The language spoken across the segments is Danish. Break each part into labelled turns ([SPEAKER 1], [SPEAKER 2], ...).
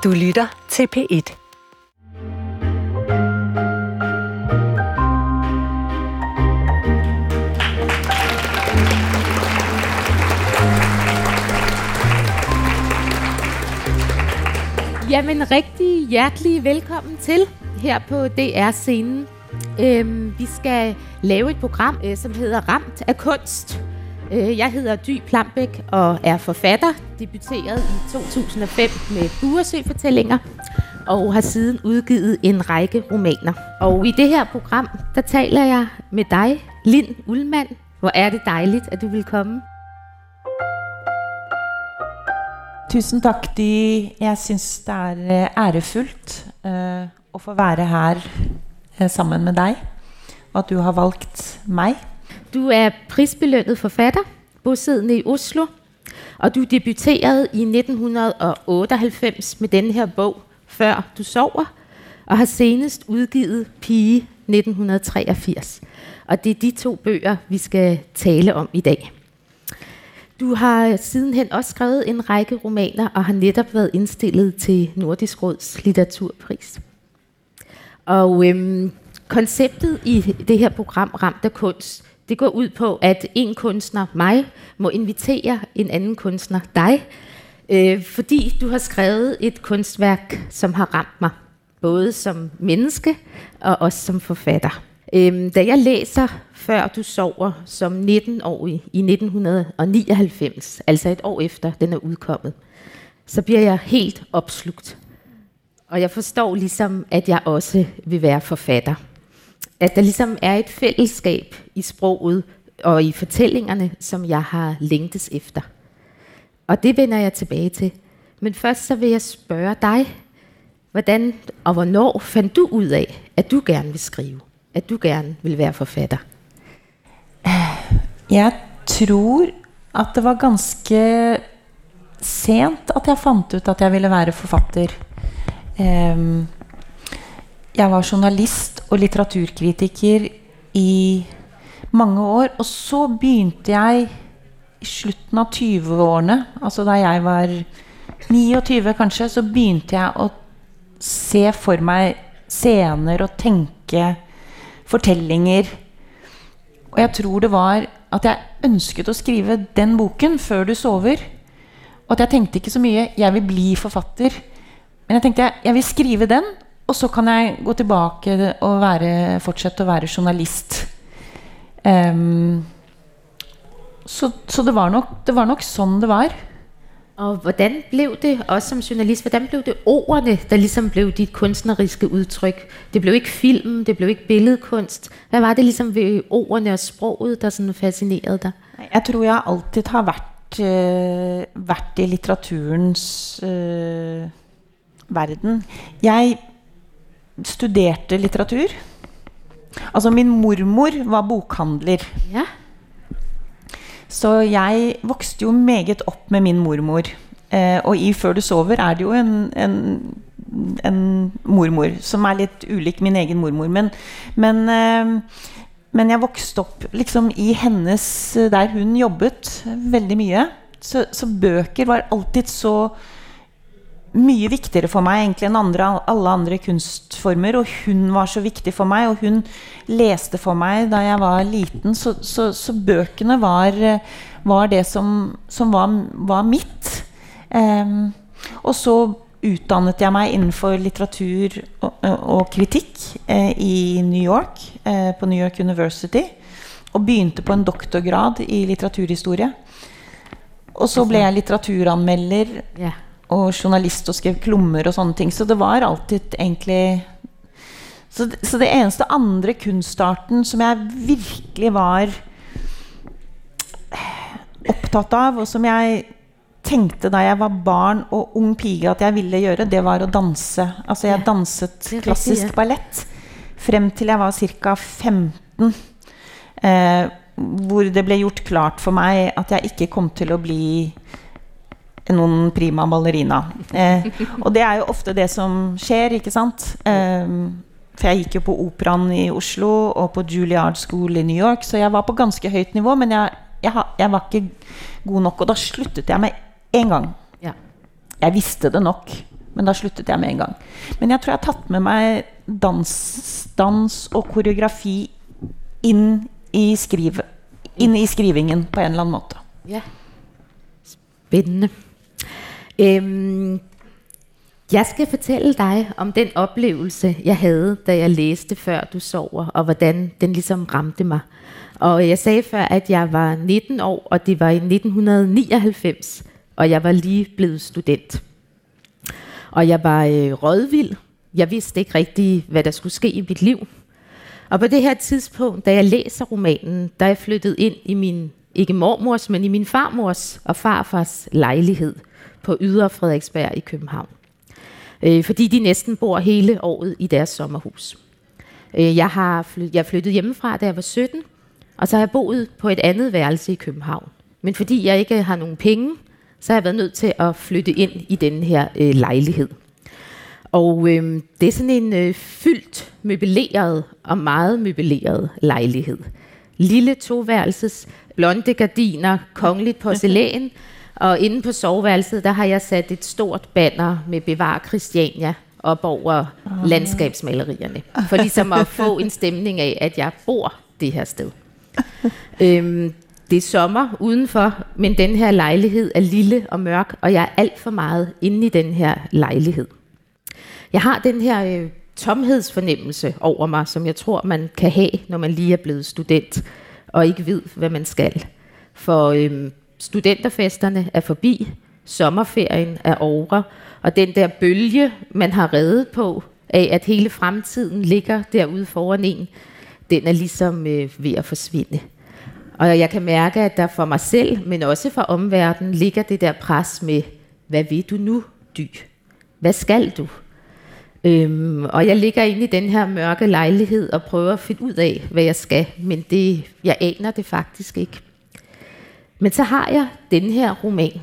[SPEAKER 1] Du lytter til P1.
[SPEAKER 2] Jamen rigtig hjertelig velkommen til her på DR-scenen. Vi skal lave et program, som hedder Ramt af kunst. Jeg hedder Dy Plambæk og er forfatter, debuteret i 2005 med Buresø-fortællinger og har siden udgivet en række romaner. Og i det her program, der taler jeg med dig, Linn Ullmann. Hvor er det dejligt, at du vil komme.
[SPEAKER 3] Tusen tak, Dy. Jeg synes det er ærefuldt at få være her sammen med dig, og at du har valgt mig.
[SPEAKER 2] Du er prisbelønnet forfatter, bosiddende i Oslo, og du debuterede i 1998 med denne her bog, Før du sover, og har senest udgivet Pige 1983. Og det er de to bøger, vi skal tale om i dag. Du har sidenhen også skrevet en række romaner, og har netop været indstillet til Nordisk Råds litteraturpris. Og konceptet i det her program, Ramt af kunst, det går ud på, at en kunstner, mig, må invitere en anden kunstner, dig, fordi du har skrevet et kunstværk, som har ramt mig, både som menneske og også som forfatter. Da jeg læser Før du sover som 19-årig i 1999, altså et år efter den er udkommet, så bliver jeg helt opslugt. Og jeg forstår ligesom, at jeg også vil være forfatter. At der ligesom er et fællesskab i sproget og i fortællingerne, som jeg har længtes efter. Og det vender jeg tilbage til. Men først så vil jeg spørge dig, hvordan og hvornår fandt du ud af, at du gerne vil skrive? At du gerne vil være forfatter?
[SPEAKER 3] Jeg tror, at det var ganske sent, at jeg fandt ud, at jeg ville være forfatter. Jeg var journalist og litteraturkritiker i mange år, og så begyndte jeg i slutten av 20-årene, altså da jeg var 29 kanskje, så begyndte jeg at se for mig scener og tænke fortællinger. Og jeg tror det var, at jeg ønskede at skrive den boken, Før du sover. Og at jeg tænkte ikke så mye, jeg vil blive forfatter. Men jeg tænkte, jeg vil skrive den, og så kan jeg gå tilbage og fortsætte at være journalist. Så det var nok sådan det var.
[SPEAKER 2] Og hvordan blev det, også som journalist, hvordan blev det ordene, der ligesom blev dit kunstneriske udtryk? Det blev ikke film, det blev ikke billedkunst. Hvad var det ligesom ved ordene og sproget, der sådan fascinerede dig?
[SPEAKER 3] Jeg tror, jeg altid har været i litteraturens verden. Jeg studerede litteratur. Altså min mormor var bokhandler.
[SPEAKER 2] Ja. Så
[SPEAKER 3] jeg voksede jo meget op med min mormor. Og i Før du sover er det jo en mormor, som er lidt ulik min egen mormor. Men jeg voksede op liksom i hennes, der hun jobbet veldig mye. Så bøker var altid så mye viktigere for mig egentlig end alle andre kunstformer, og hun var så vigtig for mig, og hun læste for mig da jeg var liten, så bøkene var det som var mit. Og så uddannet jeg mig inden for litteratur og kritik i New York, på New York University, og begyndte på en doktorgrad i litteraturhistorie. Og så blev jeg litteraturanmelder, og journalist og skrev klummer og sånne ting, så det var alltid egentlig så det eneste andre kunstarten som jeg virkelig var optatt av, og som jeg tænkte da jeg var barn og ung pige at jeg ville gøre, det var at danse. Altså jeg danset klassisk ballet frem til jeg var cirka 15, hvor det blev gjort klart for mig at jeg ikke kom til at blive nogen prima ballerina. Og det er jo ofte det som sker, ikke sant? For jeg gik jo på operan i Oslo og på Juilliard School i New York, så jeg var på ganske højt niveau, men jeg var ikke god nok, og da sluttet jeg med en gang. Ja. Jeg visste det nok, men da sluttet jeg med en gang. Men jeg tror jeg har tatt med meg dans og koreografi inn i skrivingen på en eller annen måte.
[SPEAKER 2] Ja, spændende. Jeg skal fortælle dig om den oplevelse, jeg havde, da jeg læste Før du sover, og hvordan den ligesom ramte mig. Og jeg sagde før, at jeg var 19 år, og det var i 1999, og jeg var lige blevet student. Og jeg var rådvild. Jeg vidste ikke rigtig, hvad der skulle ske i mit liv. Og på det her tidspunkt, da jeg læser romanen, der er jeg flyttet ind i min, ikke mormors, men i min farmors og farfars lejlighed på Ydre Frederiksberg i København. Fordi de næsten bor hele året i deres sommerhus. Jeg flyttede hjemmefra, da jeg var 17, og så har jeg boet på et andet værelse i København. Men fordi jeg ikke har nogen penge, så har jeg været nødt til at flytte ind i den her lejlighed. Og det er sådan en fyldt møbleret og meget møbleret lejlighed. Lille toværelses, blonde gardiner, kongeligt porcelæn, og inde på soveværelset, der har jeg sat et stort banner med Bevar Christiania op over landskabsmalerierne. For ligesom at få en stemning af, at jeg bor det her sted. Det er sommer udenfor, men den her lejlighed er lille og mørk, og jeg er alt for meget inde i den her lejlighed. Jeg har den her tomhedsfornemmelse over mig, som jeg tror, man kan have, når man lige er blevet student, og ikke ved, hvad man skal. For studenterfesterne er forbi, sommerferien er over, og den der bølge, man har reddet på, af at hele fremtiden ligger derude foran en, den er ligesom ved at forsvinde. Og jeg kan mærke, at der for mig selv, men også for omverdenen, ligger det der pres med, hvad vil du nu, Dy? Hvad skal du? Og jeg ligger inde i den her mørke lejlighed og prøver at finde ud af, hvad jeg skal, men jeg aner det faktisk ikke. Men så har jeg den her roman,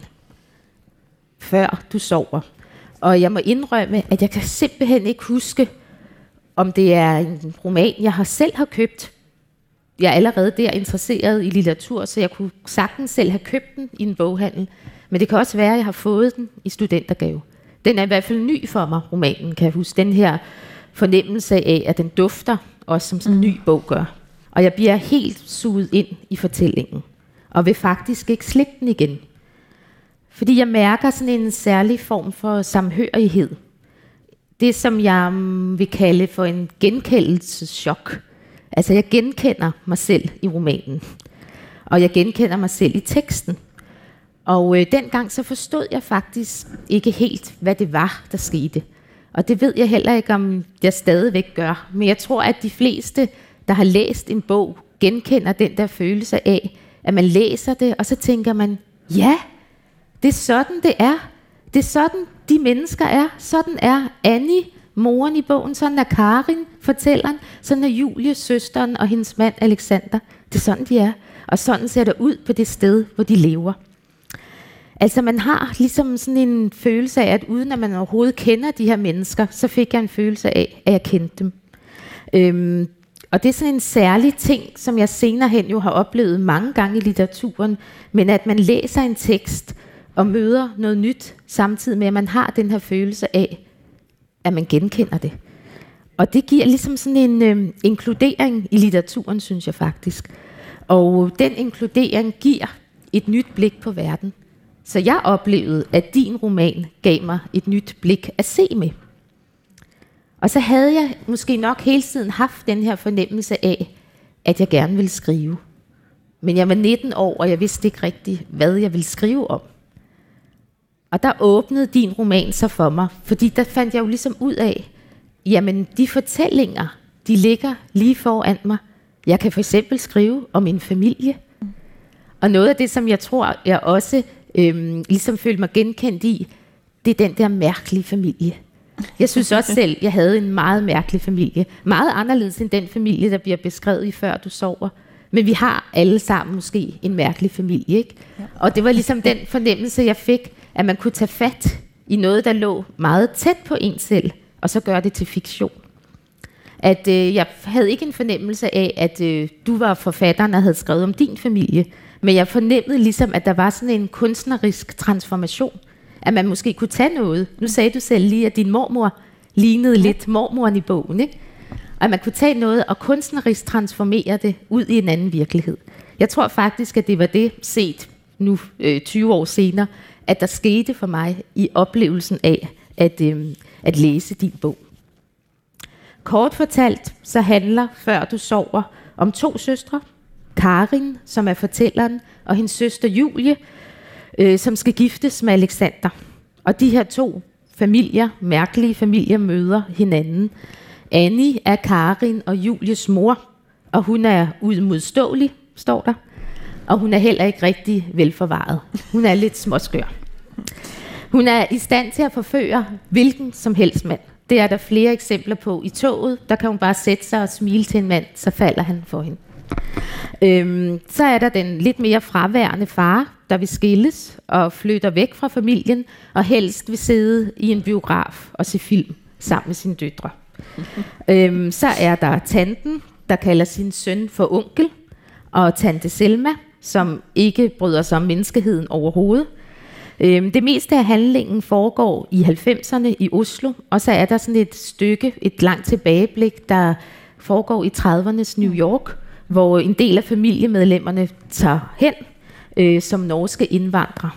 [SPEAKER 2] Før du sover. Og jeg må indrømme, at jeg kan simpelthen ikke huske, om det er en roman, jeg selv har købt. Jeg er allerede der interesseret i litteratur, så jeg kunne sagtens selv have købt den i en boghandel. Men det kan også være, at jeg har fået den i studentergave. Den er i hvert fald ny for mig, romanen, kan jeg huske. Den her fornemmelse af, at den dufter, også som sådan en ny bog gør. Og jeg bliver helt suget ind i fortællingen, og vil faktisk ikke slippe den igen. Fordi jeg mærker sådan en særlig form for samhørighed. Det, som jeg vil kalde for en genkendelsesschok. Altså, jeg genkender mig selv i romanen, og jeg genkender mig selv i teksten. Og dengang så forstod jeg faktisk ikke helt, hvad det var, der skete. Og det ved jeg heller ikke, om jeg stadigvæk gør. Men jeg tror, at de fleste, der har læst en bog, genkender den der følelse af, at man læser det, og så tænker man, ja, det er sådan, det er. Det er sådan, de mennesker er. Sådan er Annie, moren i bogen. Sådan er Karin, fortælleren. Sådan er Julie, søsteren, og hendes mand Alexander. Det er sådan, de er. Og sådan ser det ud på det sted, hvor de lever. Altså man har ligesom sådan en følelse af, at uden at man overhovedet kender de her mennesker, så fik jeg en følelse af, at jeg kendte dem. Og det er sådan en særlig ting, som jeg senere hen jo har oplevet mange gange i litteraturen, men at man læser en tekst og møder noget nyt, samtidig med at man har den her følelse af, at man genkender det. Og det giver ligesom sådan en inkludering i litteraturen, synes jeg faktisk. Og den inkludering giver et nyt blik på verden. Så jeg oplevede, at din roman gav mig et nyt blik at se med. Og så havde jeg måske nok hele tiden haft den her fornemmelse af, at jeg gerne ville skrive. Men jeg var 19 år, og jeg vidste ikke rigtigt, hvad jeg ville skrive om. Og der åbnede din roman sig for mig, fordi der fandt jeg jo ligesom ud af, jamen de fortællinger, de ligger lige foran mig. Jeg kan for eksempel skrive om en familie. Og noget af det, som jeg tror, jeg også ligesom følte mig genkendt i, det er den der mærkelige familie. Jeg synes også selv, jeg havde en meget mærkelig familie. Meget anderledes end den familie, der bliver beskrevet i Før du sover. Men vi har alle sammen måske en mærkelig familie, ikke? Ja. Og det var ligesom den fornemmelse, jeg fik, at man kunne tage fat i noget, der lå meget tæt på en selv, og så gøre det til fiktion. At jeg havde ikke en fornemmelse af, at du var forfatteren, der havde skrevet om din familie, men jeg fornemmede ligesom, at der var sådan en kunstnerisk transformation. at man måske kunne tage noget. Nu sagde du selv lige, at din mormor lignede lidt mormoren i bogen, ikke? Og at man kunne tage noget og kunstnerisk transformere det ud i en anden virkelighed. Jeg tror faktisk, at det var det set nu 20 år senere, at der skete for mig i oplevelsen af at læse din bog. Kort fortalt, så handler Før du sover om 2 søstre. Karin, som er fortælleren, og hendes søster Julie, som skal giftes med Alexander. Og de her 2 familier, mærkelige familier, møder hinanden. Annie er Karin og Julies mor, og hun er uimodståelig, står der. Og hun er heller ikke rigtig velforvaret. Hun er lidt småskør. Hun er i stand til at forføre hvilken som helst mand. Det er der flere eksempler på i toget. Der kan hun bare sætte sig og smile til en mand, så falder han for hende. Så er der den lidt mere fraværende far, der vil skilles og flytter væk fra familien, og helst vil sidde i en biograf og se film sammen med sine døtre. Så er der tanten, der kalder sin søn for onkel, og tante Selma, som ikke bryder sig om menneskeheden overhovedet. Det meste af handlingen foregår i 90'erne i Oslo, og så er der sådan et stykke, et langt tilbageblik, der foregår i 30'ernes New York, hvor en del af familiemedlemmerne tager hen som norske indvandrere.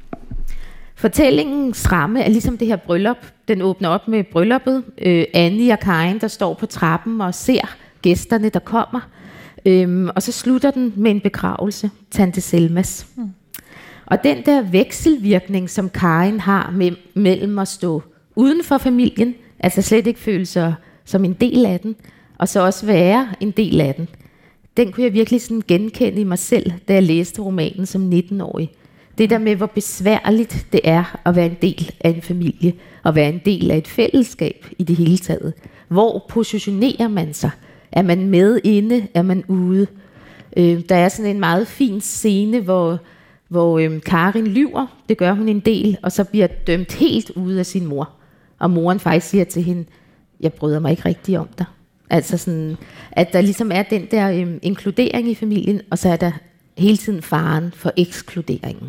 [SPEAKER 2] Fortællingens ramme er ligesom det her bryllup. Den åbner op med brylluppet. Annie og Karin, der står på trappen og ser gæsterne, der kommer. Og så slutter den med en begravelse, tante Selmas. Og den der vekselvirkning, som Karin har mellem at stå uden for familien, altså slet ikke føle sig som en del af den, og så også være en del af den, den kunne jeg virkelig sådan genkende i mig selv, da jeg læste romanen som 19-årig. Det der med, hvor besværligt det er at være en del af en familie, og være en del af et fællesskab i det hele taget. Hvor positionerer man sig? Er man med inde? Er man ude? Der er sådan en meget fin scene, hvor Karin lyver. Det gør hun en del, og så bliver dømt helt ude af sin mor. Og moren faktisk siger til hende, jeg bryder mig ikke rigtig om dig. Altså sådan, at der ligesom er den der inkludering i familien, og så er der hele tiden faren for ekskluderingen.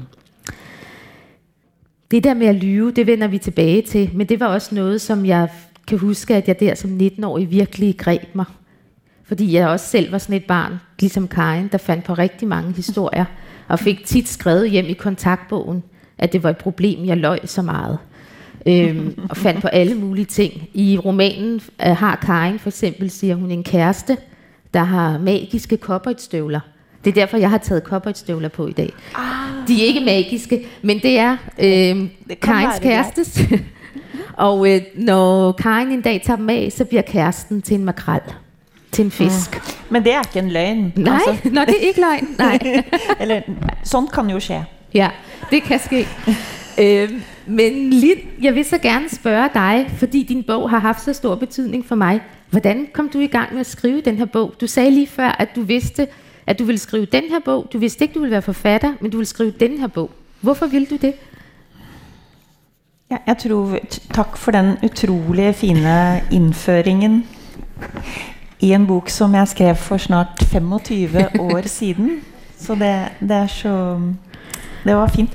[SPEAKER 2] Det der med at lyve, det vender vi tilbage til, men det var også noget, som jeg kan huske, at jeg der som 19-årig virkelig greb mig. Fordi jeg også selv var sådan et barn, ligesom Karin, der fandt på rigtig mange historier, og fik tit skrevet hjem i kontaktbogen, at det var et problem, jeg løj så meget. Og fandt på alle mulige ting. I romanen har Karin for eksempel, siger hun, en kæreste, der har magiske cowboystøvler. Det er derfor, jeg har taget cowboystøvler på i dag. De er ikke magiske, men det er Karins kærestes. Og når Karin en dag tager dem af, så bliver kæresten til en makrel. Til en fisk.
[SPEAKER 3] Men det er ikke en løgn.
[SPEAKER 2] Nej, altså. Det er ikke løgn. Nej.
[SPEAKER 3] Eller, sådan kan jo ske.
[SPEAKER 2] Ja, det kan ske. Men Linn, jeg vil så gerne spørge dig, fordi din bog har haft så stor betydning for mig. Hvordan kom du i gang med at skrive den her bog? Du sagde lige før, at du vidste, at du ville skrive den her bog. Du vidste ikke, du ville være forfatter, men du ville skrive den her bog. Hvorfor ville du det?
[SPEAKER 3] Ja, jeg tror, tak for den utrolig fine indføringen i en bok, som jeg skrev for snart 25 år siden. Så det er så... Det var fint.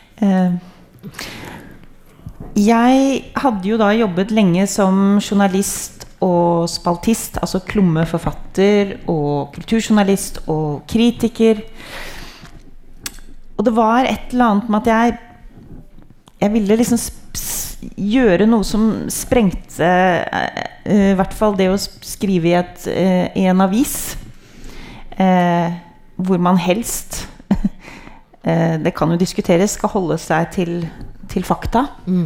[SPEAKER 3] Jeg hadde jo da jobbet længe som journalist og spaltist, altså klummeforfatter og kulturjournalist og kritiker. Og det var et eller andet med at jeg ville liksom gjøre noe som sprengte i hvert fall det å skrive i en avis hvor man helst det kan jo diskuteres, skal holde seg til fakta.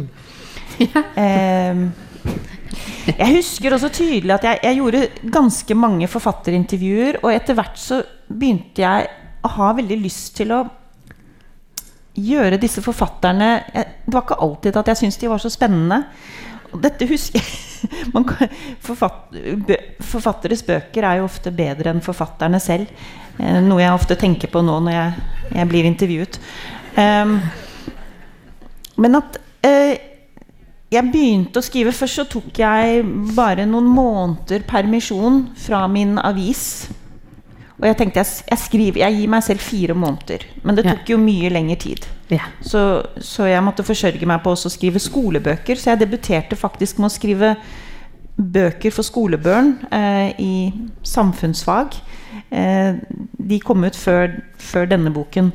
[SPEAKER 3] Jeg husker også tydelig at jeg gjorde ganske mange forfatterintervjuer, og etter hvert så begynte jeg å ha veldig lyst til å gjøre disse forfatterne. Det var ikke alltid at jeg syntes de var så spennende. Og dette husker jeg. Forfatteres bøker er jo ofte bedre enn forfatterne selv. Noe jeg ofte tenker på nå når jeg blir intervjuet. Men at jeg begynte å skrive. Først så tok jeg bare noen måneder permisjon fra min avis. Og Og jeg tenkte, jeg gir meg selv 4 måneder, men det tok jo mye lengre tid.
[SPEAKER 2] Ja.
[SPEAKER 3] Så jeg måtte forsørge meg på også å skrive skolebøker, så jeg debuterte faktisk med å skrive bøker for skolebørn i samfunnsfag. De kom ut før denne boken.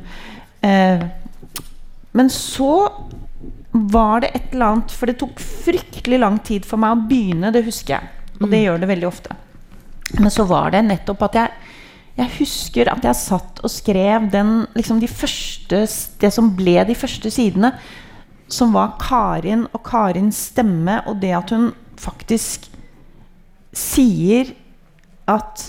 [SPEAKER 3] Men så var det et eller annet, for det tok fryktelig lang tid for meg å begynne, det husker jeg, og det gjør det veldig ofte. Men så var det nettopp at jeg husker at jeg satt og skrev liksom det som ble de første sidene, som var Karin og Karins stemme, og det at hun faktisk sier at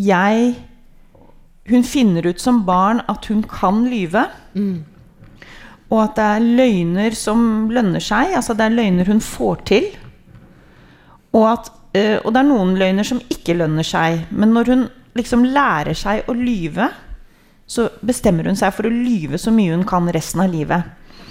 [SPEAKER 3] hun finner ut som barn at hun kan lyve, og at det løgner som lønner seg, altså det løgner hun får til, og det noen løgner som ikke lønner seg, men når hun liksom lærer seg å lyve, så bestemmer hun seg for å lyve så mye hun kan resten av livet.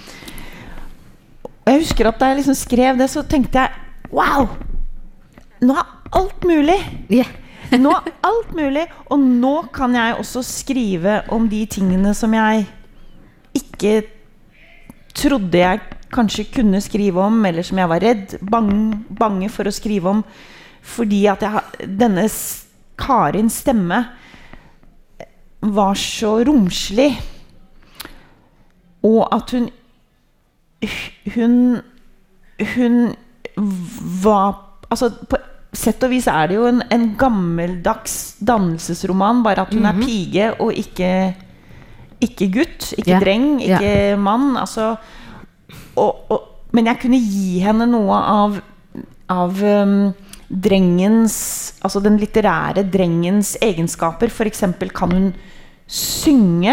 [SPEAKER 3] Og jeg husker at da jeg liksom skrev det, så tenkte jeg, wow, nå alt mulig. Nå alt mulig, og nå kan jeg også skrive om de tingene som jeg ikke trodde jeg kanskje kunne skrive om, eller som jeg var redd, bange for å skrive om, fordi at denne Karins stemme var så romslig, og at hun var, altså på sett og vis det jo en gammeldags dannelsesroman, bare at hun pige og ikke gutt, ikke dreng, ikke mann, altså, men jeg kunne gi henne noe av drengens, altså den litterære drengens egenskaper. For eksempel kan hun synge,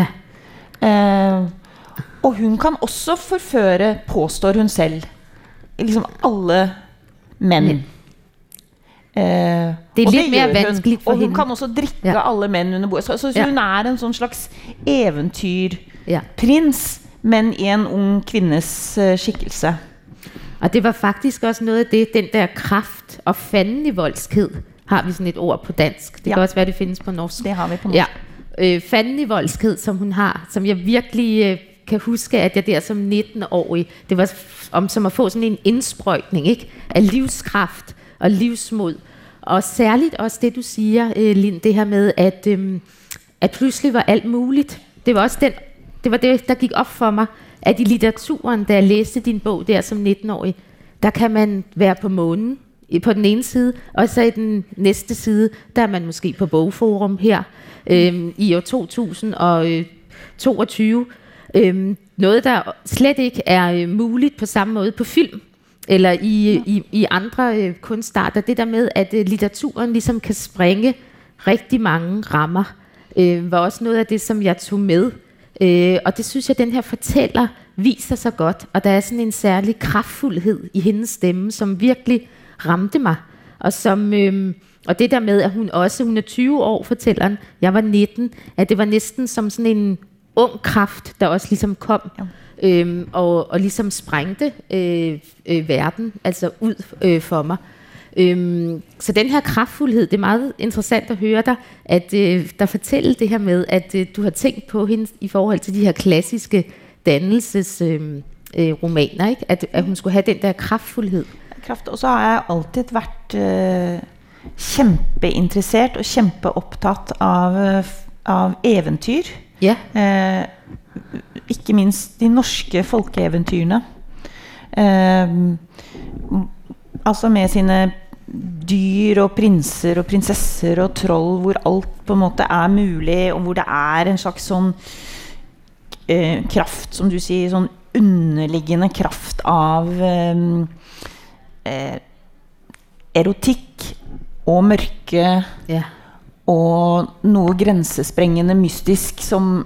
[SPEAKER 3] og hun kan også forføre, påstår hun selv, liksom alle menn.
[SPEAKER 2] Det litt mer vanskelig for henne.
[SPEAKER 3] Og hun kan også drikke alle menn under bordet. Så hun en sånn slags eventyrprins, men i en ung kvinnes skikkelse.
[SPEAKER 2] Og det var faktisk også noget af det, den der kraft og fandenivoldskhed, har vi sådan et ord på dansk. Det kan også være, det findes på norsk.
[SPEAKER 3] Det har vi på norsk.
[SPEAKER 2] Fandenivoldskhed, som hun har, som jeg virkelig kan huske, at jeg der som 19-årig, det var som at få sådan en indsprøjtning, ikke? Af livskraft og livsmod. Og særligt også det, du siger, Lind, det her med, at pludselig var alt muligt. Det var også det var det, der gik op for mig, at i litteraturen, da jeg læste din bog der som 19-årig, der kan man være på månen på den ene side, og så i den næste side, der man måske på Bogforum her i år 2022. Noget, der slet ikke muligt på samme måde på film, eller i andre kunstarter. Det der med, at litteraturen ligesom kan springe rigtig mange rammer, var også noget af det, som jeg tog med. Og det synes jeg, den her fortæller viser sig godt, og der sådan en særlig kraftfuldhed i hendes stemme, som virkelig ramte mig, og som og det der med, at hun er 20 år, fortælleren, jeg var 19, at det var næsten som sådan en ung kraft, der også ligesom kom og ligesom sprængte verden, altså ud for mig. Så den her kraftfuldhed, det er meget interessant at høre dig, at der fortæller det her med, at du har tænkt på hende i forhold til de her klassiske dannelsesromaner, ikke? At hun skulle have den der kraftfuldhed.
[SPEAKER 3] Kraft, og så har jeg altid vært kjempeinteressert og kjempeopptatt av eventyr.
[SPEAKER 2] Ja.
[SPEAKER 3] Ikke minst de norske folkeeventyrene. Altså med sine dyr og prinser og prinsesser og troll, hvor alt på en måte mulig, og hvor det en slags sånn kraft, som du sier, sånn underliggende kraft av erotikk og mørke, og noe grensesprengende mystisk som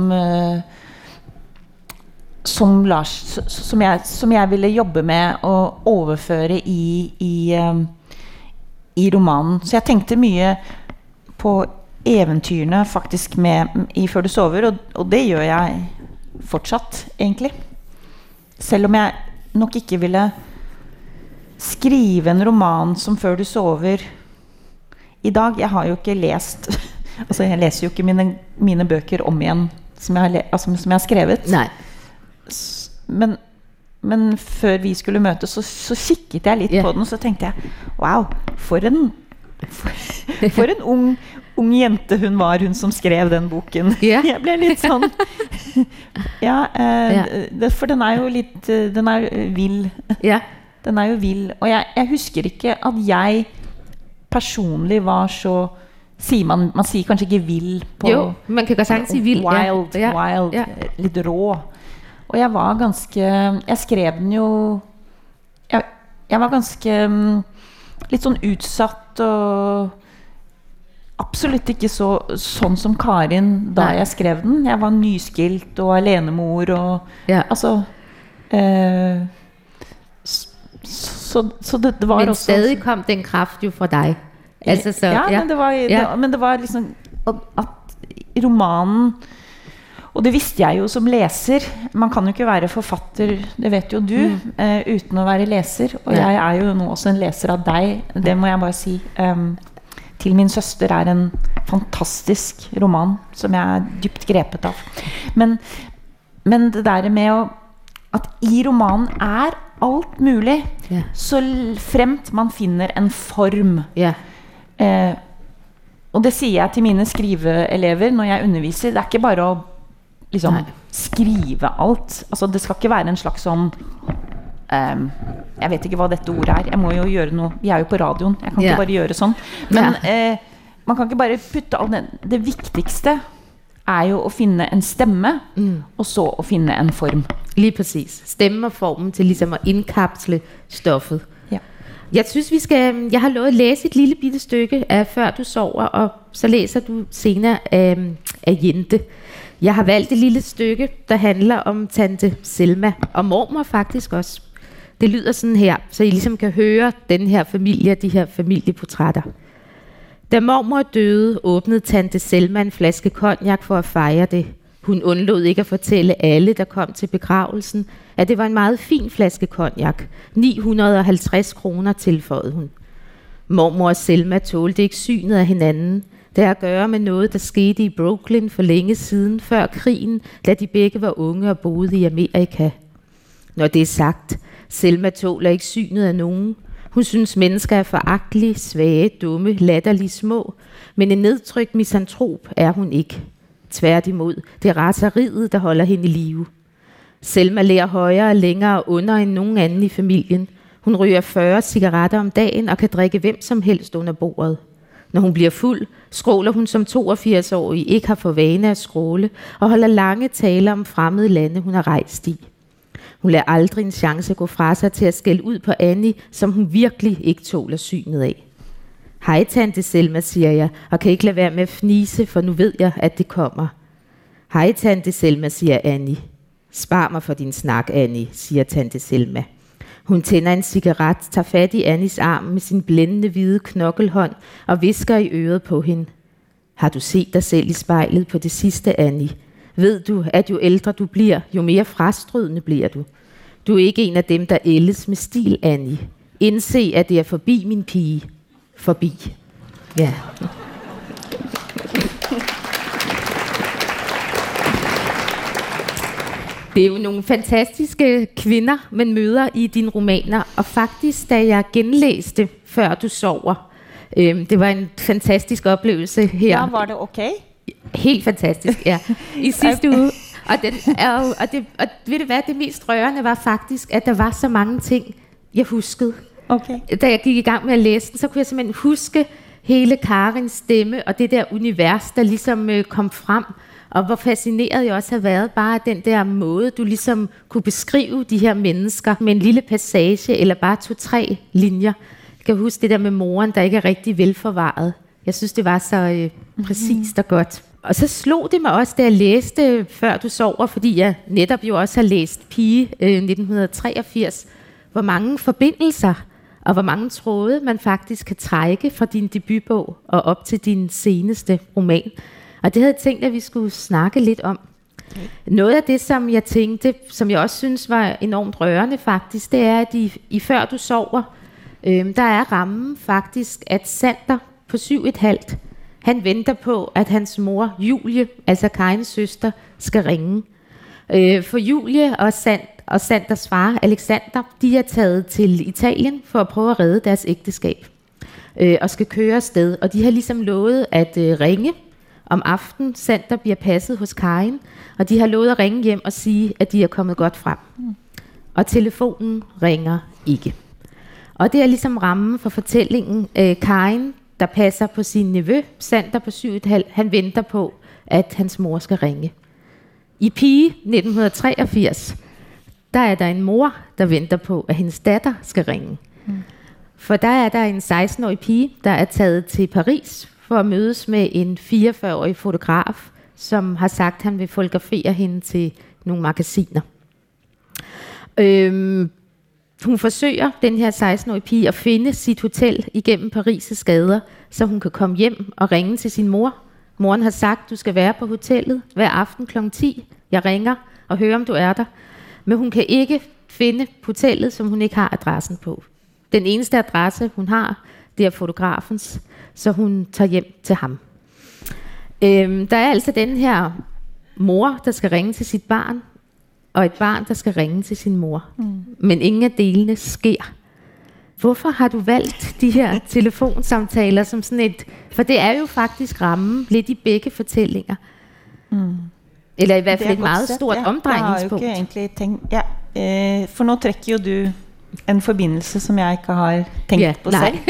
[SPEAKER 3] jeg ville jobbe med å overføre i romanen. Så jeg tenkte mye på eventyrene faktisk i Før du sover, og det gjør jeg fortsatt egentlig. Selv om jeg nok ikke ville skrive en roman som Før du sover i dag. Jeg har jo ikke lest Altså, jeg læser jo ikke mine bøker om igjen, som jeg har skrevet.
[SPEAKER 2] Nej.
[SPEAKER 3] Men før vi skulle møtes, så kikket jeg litt på den, og så tenkte jeg, wow, for en ung jente hun var, hun som skrev den boken. Jeg ble litt sånn, for den er jo litt, den er vill. Den er jo vill, og jeg husker ikke at jeg personlig var så, man sier kanskje ikke vill på...
[SPEAKER 2] Jo, man kan godt si vill.
[SPEAKER 3] Wild, litt rå. Og jeg var ganske, jeg skrev den jo, jeg var ganske litt sånn utsatt og absolutt ikke sånn som Karin da jeg skrev den. Jeg var nyskilt og alenemor og altså så det var
[SPEAKER 2] men
[SPEAKER 3] også...
[SPEAKER 2] stadig kom den kraft jo fra deg. Altså, så,
[SPEAKER 3] men det var liksom at romanen, og det visste jeg jo som leser, man kan jo ikke være forfatter, det vet jo du, uten å være leser, og jeg er jo nå også en leser av deg, det må jeg bare si. Til min søster er en fantastisk roman som jeg er dypt grepet av. Men det der med at i romanen er alt mulig, så fremt man finner en form. Og det sier jeg til mine skriveelever når jeg underviser, det er ikke bare å liksom skrive alt. Altså, det skal ikke være en slags sånn jeg vet ikke hva dette ordet er. Jeg må jo gjøre noe. Vi er jo på radioen. Jeg kan ikke bare gjøre sånn. Men man kan ikke bare putte all det viktigste er jo å finne en stemme, og så å finne en form.
[SPEAKER 2] Lige præcis. Stemme og formen til ligesom at indkapsle stoffet. Jeg synes jeg har lovet at læse et lille bitte stykke af Før du sover, og så læser du senere af Jente. Jeg har valgt et lille stykke, der handler om tante Selma, og mormor faktisk også. Det lyder sådan her, så I ligesom kan høre den her familie, de her familieportrætter. Da mormor døde, åbnede tante Selma en flaske cognac for at fejre det. Hun undlod ikke at fortælle alle, der kom til begravelsen, at det var en meget fin flaske cognac. 950 kroner tilføjede hun. Mormor og Selma tålte ikke synet af hinanden. Det har at gøre med noget, der skete i Brooklyn for længe siden, før krigen, da de begge var unge og boede i Amerika. Når det er sagt, Selma tåler ikke synet af nogen. Hun synes, mennesker er foragtelige, svage, dumme, latterlige, små, men en nedtrykt misantrop er hun ikke. Tværtimod, det er raseriet, der holder hende i live. Selma lærer højere og længere under end nogen anden i familien. Hun ryger 40 cigaretter om dagen og kan drikke hvem som helst under bordet. Når hun bliver fuld, skråler hun som 82-årig ikke har for vane at skråle og holder lange taler om fremmede lande, hun har rejst i. Hun lader aldrig en chance gå fra sig til at skælde ud på Annie, som hun virkelig ikke tåler synet af. Hej tante Selma, siger jeg, og kan ikke lade være med at fnise, for nu ved jeg, at det kommer. Hej tante Selma, siger Annie. Spar mig for din snak, Annie, siger tante Selma. Hun tænder en cigaret, tager fat i Annies arm med sin blændende hvide knokkelhånd og visker i øret på hende. Har du set dig selv i spejlet på det sidste, Annie? Ved du, at jo ældre du bliver, jo mere frastrødende bliver du. Du er ikke en af dem, der ældes med stil, Annie. Indse, at det er forbi, min pige. Forbi. Ja. Det er jo nogle fantastiske kvinder, man møder i dine romaner. Og faktisk, da jeg genlæste Før du sover, det var en fantastisk oplevelse her.
[SPEAKER 3] Ja, var det okay?
[SPEAKER 2] Helt fantastisk, ja. I sidste uge. Og ved du hvad, det mest rørende var faktisk, at der var så mange ting, jeg huskede.
[SPEAKER 3] Okay.
[SPEAKER 2] Da jeg gik i gang med at læse den, så kunne jeg simpelthen huske hele Karins stemme, og det der univers, der ligesom kom frem. Og hvor fascineret jeg også har været bare af den der måde, du ligesom kunne beskrive de her mennesker med en lille passage, eller bare 2-3 linjer. Jeg kan huske det der med moren, der ikke er rigtig velforvaret. Jeg synes, det var så præcist og godt. Og så slog det mig også, da jeg læste Før du sover, fordi jeg netop jo også har læst Pige 1983, hvor mange forbindelser og hvor mange tråde man faktisk kan trække fra din debutbog og op til din seneste roman. Og det havde jeg tænkt, at vi skulle snakke lidt om. Okay. Noget af det, som jeg tænkte, som jeg også synes var enormt rørende faktisk, det er, at i Før du sover, der er rammen faktisk, at Sander på 7,5 Han venter på, at hans mor, Julie, altså Karins søster, skal ringe. For Julie og Sanders far, Alexander, de er taget til Italien for at prøve at redde deres ægteskab. Og skal køre afsted. Og de har ligesom lovet at ringe om aftenen. Sander bliver passet hos Karin. Og de har lovet at ringe hjem og sige, at de er kommet godt frem. Og telefonen ringer ikke. Og det er ligesom rammen for fortællingen. Karin, der passer på sin nevø, Sander på 7,5, han venter på, at hans mor skal ringe. I Pige 1983, der er der en mor, der venter på, at hendes datter skal ringe. For der er der en 16-årig pige, der er taget til Paris for at mødes med en 44-årig fotograf, som har sagt, at han vil fotografere hende til nogle magasiner. Hun forsøger, den her 16-årige pige, at finde sit hotel igennem Paris' gader, så hun kan komme hjem og ringe til sin mor. Moren har sagt, du skal være på hotellet hver aften kl. 10. Jeg ringer og hører, om du er der. Men hun kan ikke finde hotellet, som hun ikke har adressen på. Den eneste adresse, hun har, det er fotografens, så hun tager hjem til ham. Der er altså den her mor, der skal ringe til sit barn, og et barn, der skal ringe til sin mor. Men ingen af delene sker. Hvorfor har du valgt de her telefonsamtaler som sådan et... For det er jo faktisk rammen lidt i begge fortællinger. Eller i hvert fald et meget stort omdrejningspunkt.
[SPEAKER 3] Jeg har jo ikke egentlig tænkt... Ja, for nu trækker jo du en forbindelse, som jeg ikke har tænkt på selv.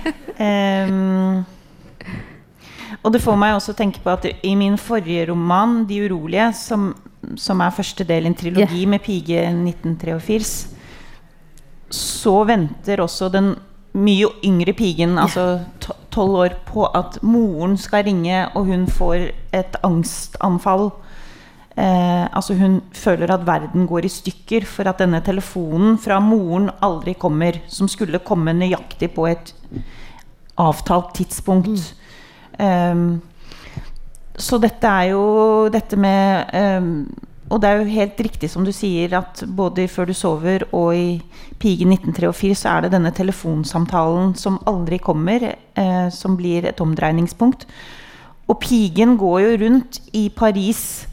[SPEAKER 3] Og det får mig også at tænke på, at i min forrige roman, De Urolige, som er første del i en trilogi med Pige 1983, så venter også den mye yngre pigen, altså 12 år, på at moren skal ringe, og hun får et angstanfall. Altså hun føler at verden går i stykker, for at denne telefonen fra moren aldrig kommer, som skulle komme nøjagtigt på et avtalt tidspunkt. Så dette er jo dette med og det er jo helt riktig som du siger, at både Før du sover og i Pigen 1983 så er det denne telefonsamtalen som aldrig kommer, som blir et omdrejningspunkt. Og pigen går jo rundt i Paris,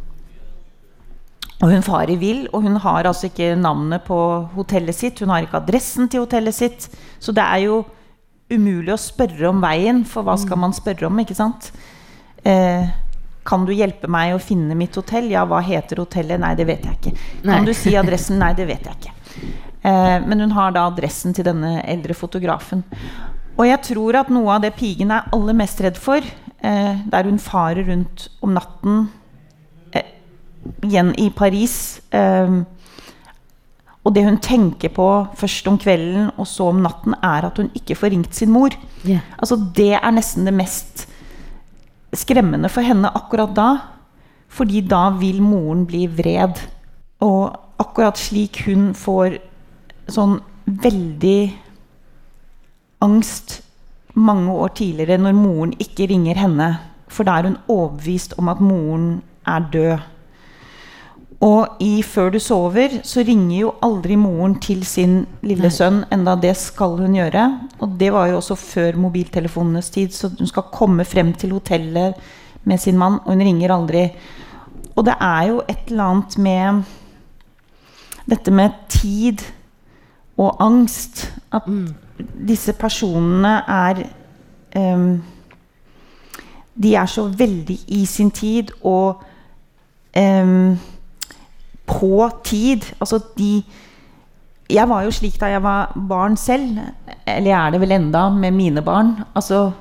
[SPEAKER 3] og hun farer vild, og hun har altså ikke navnet på hotellet sitt, hun har ikke adressen til hotellet sitt, så det er jo umulig at spørre om veien, for hvad skal man spørre om, ikke sant? Kan du hjælpe mig at finde mit hotel? Ja, hvad heter hotellet? Nej, det vet jeg ikke. Kan du sige adressen? Nej, det vet jeg ikke. Men hun har da adressen til denne ældre fotografen. Og jeg tror at noget af det pigen er allermest redd for, der hun farer rundt om natten igen i Paris, og det hun tænker på først om kvelden og så om natten, er at hun ikke får ringt sin mor. Altså det er næsten det mest skræmmende for henne akkurat da, fordi da vil moren bli vred. Og akkurat slik hun får sånn veldig angst mange år tidligere når moren ikke ringer henne, for da er hun overbevist om at moren er død. Og i Før du sover, så ringer jo aldrig moren til sin lille søn, enda det skal hun gøre. Og det var jo også før mobiltelefonenes tid, så hun skal komme frem til hotellet med sin mand, og hun ringer aldrig. Og det er jo et eller andet med dette med tid og angst, at disse personerne er, de er så veldig i sin tid, og på tid, altså jeg var jo slik da jeg var barn selv, eller jeg er det vel enda med mine barn, altså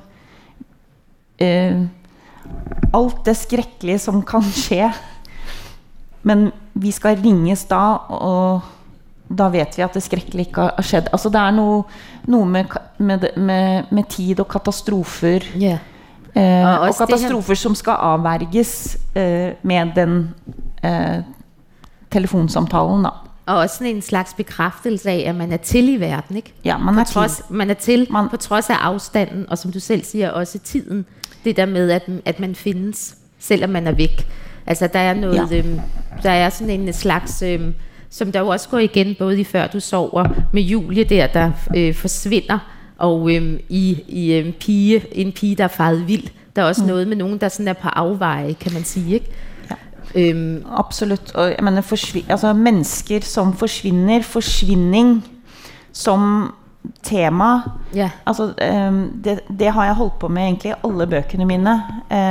[SPEAKER 3] alt det skrekkelige som kan ske, men vi skal ringes da, og da vet vi at det skrekkelige ikke har skjedd. Altså det er noe med tid og katastrofer, og katastrofer som skal avverges med den telefonsamtalen da.
[SPEAKER 2] Og også sådan en slags bekræftelse af, at man er til i verden, ikke?
[SPEAKER 3] Ja,
[SPEAKER 2] man er til på trods af afstanden, og som du selv siger, også tiden. Det der med, at man findes, selvom man er væk. Altså, der er noget, der er sådan en slags, som der jo også går igen, både i Før du sover, med Julie der forsvinder, Og en pige, der er faret vild. Der er også noget med nogen, der sådan er på afveje, kan man sige, ikke?
[SPEAKER 3] Absolutt. Og jeg mener, altså, mennesker som forsvinner, forsvinning som tema, altså, det har jeg holdt på med egentlig alle bøkene mine.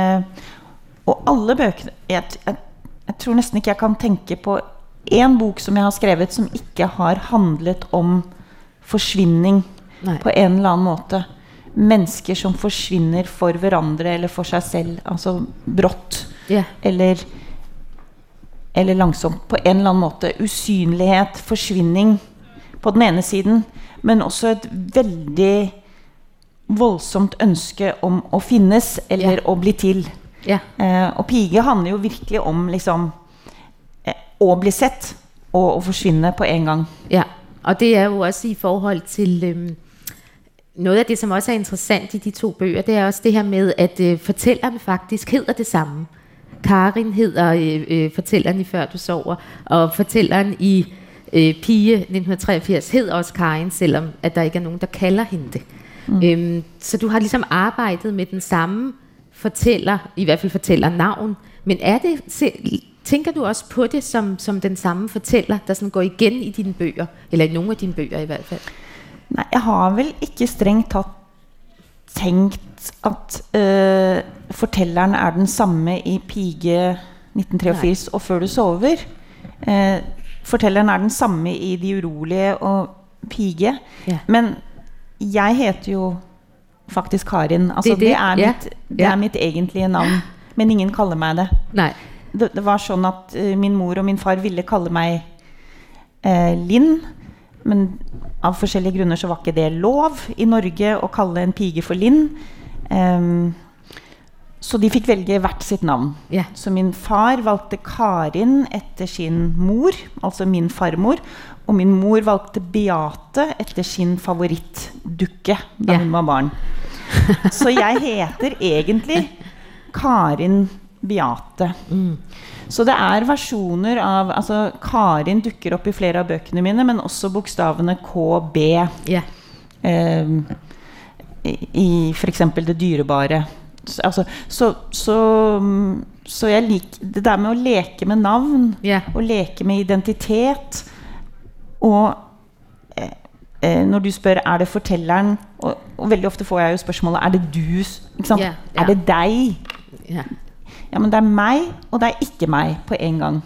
[SPEAKER 3] Og alle bøkene, jeg tror næsten ikke jeg kan tænke på en bok som jeg har skrevet som ikke har handlet om forsvinning på en eller anden måde. Mennesker som forsvinner for hverandre eller for sig selv, altså brått eller langsomt på en eller anden måde. Usynlighed, forsvinning på den ene siden, men også et veldig voldsomt ønske om at finnes eller at bli til. Og Pige handler jo virkelig om liksom at bli sett og at forsvinde på en gang.
[SPEAKER 2] Ja, og det er jo også i forhold til noget af det, som også er interessant i de to bøger, det er også det her med, at fortællerne faktisk hedder det samme. Karin hedder fortælleren i Før du sover, og fortælleren i Pige 1983 hedder også Karin, selvom at der ikke er nogen, der kalder hende det. Så du har ligesom arbejdet med den samme fortæller, i hvert fald fortæller navn, men er det, tænker du også på det som den samme fortæller, der sådan går igen i dine bøger, eller i nogle af dine bøger i hvert fald?
[SPEAKER 3] Nej, jeg har vel ikke strengt tatt tænkt, at fortælleren er den samme i Pige 1983 og Før du sover. Fortælleren er den samme i De urolige og Pige, men jeg heter jo faktisk Karin. Altså, det er mit egentlige navn, men ingen kalder mig det.
[SPEAKER 2] Nej.
[SPEAKER 3] Det var sådan, at min mor og min far ville kalde mig Linn, men av forskellige grunner så var ikke det lov i Norge at kalde en pige for Linn. Så de fik vælge hvert sitt navn. Så min far valgte Karin efter sin mor, altså min farmor, og min mor valgte Beate efter sin favoritdukke, da hun var barn. Så jeg heter egentlig Karin Beate. Så det er versjoner av, altså Karin dukker opp i flere av bøkene mine, men også bokstavene KB i for eksempel Det dyrebare. Altså, så jeg liker det der med å leke med navn, og leke med identitet, og når du spør, er det fortælleren, og veldig ofte får jeg jo spørsmålet, er det du, ikke sant? Er det deg? Ja, men det er mig, og det er ikke mig på en gang.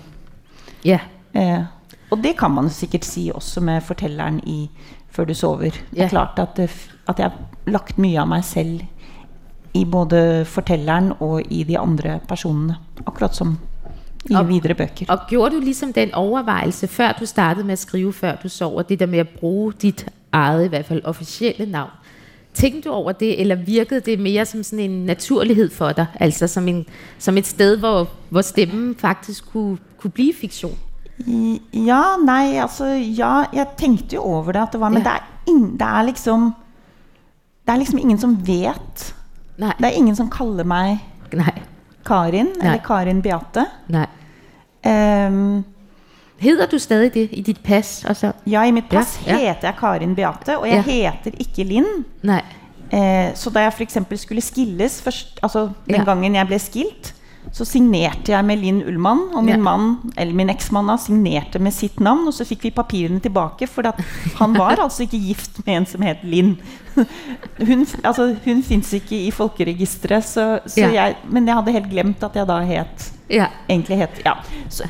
[SPEAKER 3] Og det kan man sikkert si også med fortælleren i Før du sover. Det er klart at jeg har lagt mye av mig selv i både fortælleren og i de andre personerne, akkurat som i videre bøker.
[SPEAKER 2] Og gjorde du ligesom den overvejelse, før du startede med at skrive Før du sover, det der med at bruge dit eget, i hvert fald officielle navn? Tænkte du over det, eller virkede det mere som sådan en naturlighed for dig? Altså som et sted, hvor stemmen faktisk kunne blive fiktion?
[SPEAKER 3] Ja, nej, altså, jeg tænkte jo over det, at det var, men der er liksom ingen som vet.
[SPEAKER 2] Nej.
[SPEAKER 3] Det er ingen som kalder mig Karin, eller Karin Beate.
[SPEAKER 2] Nej. Hedder du stadig det i dit pas? Og så?
[SPEAKER 3] Ja, i mit pas heter jeg Karin Beate, og jeg heter ikke Linn.
[SPEAKER 2] Nej.
[SPEAKER 3] Så da jeg for eksempel skulle skilles først, altså den gangen jeg blev skilt, så signerte jeg med Linn Ullmann, og min mann, eller min eksmann signerte med sitt navn, og så fikk vi papirene tilbake, for han var altså ikke gift med en som het Linn. Hun finnes ikke i folkeregistret, men jeg hadde helt glemt at jeg da egentlig het, Så,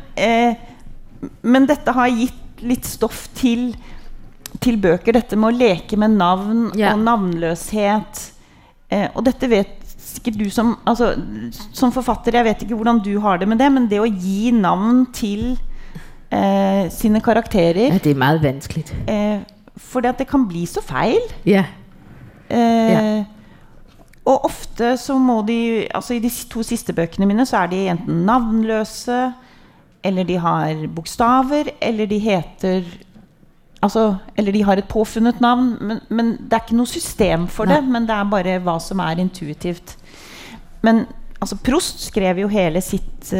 [SPEAKER 3] men dette har gitt litt stoff til bøker, dette med å leke med navn og navnløshet, og dette vet sikkert du som forfatter, jeg vet ikke hvordan du har det med det, men det å gi navn til sine karakterer,
[SPEAKER 2] det er meget vanskeligt.
[SPEAKER 3] Fordi at det kan bli så feil. Og ofte så må de, altså i de to sidste bøkene mine, så er de enten navnløse, eller de har bokstaver, eller de heter, altså, eller de har et påfunnet navn, men det er ikke noe system for det, men det er bare hva som er intuitivt. Men altså, Proust skrev jo hele sitt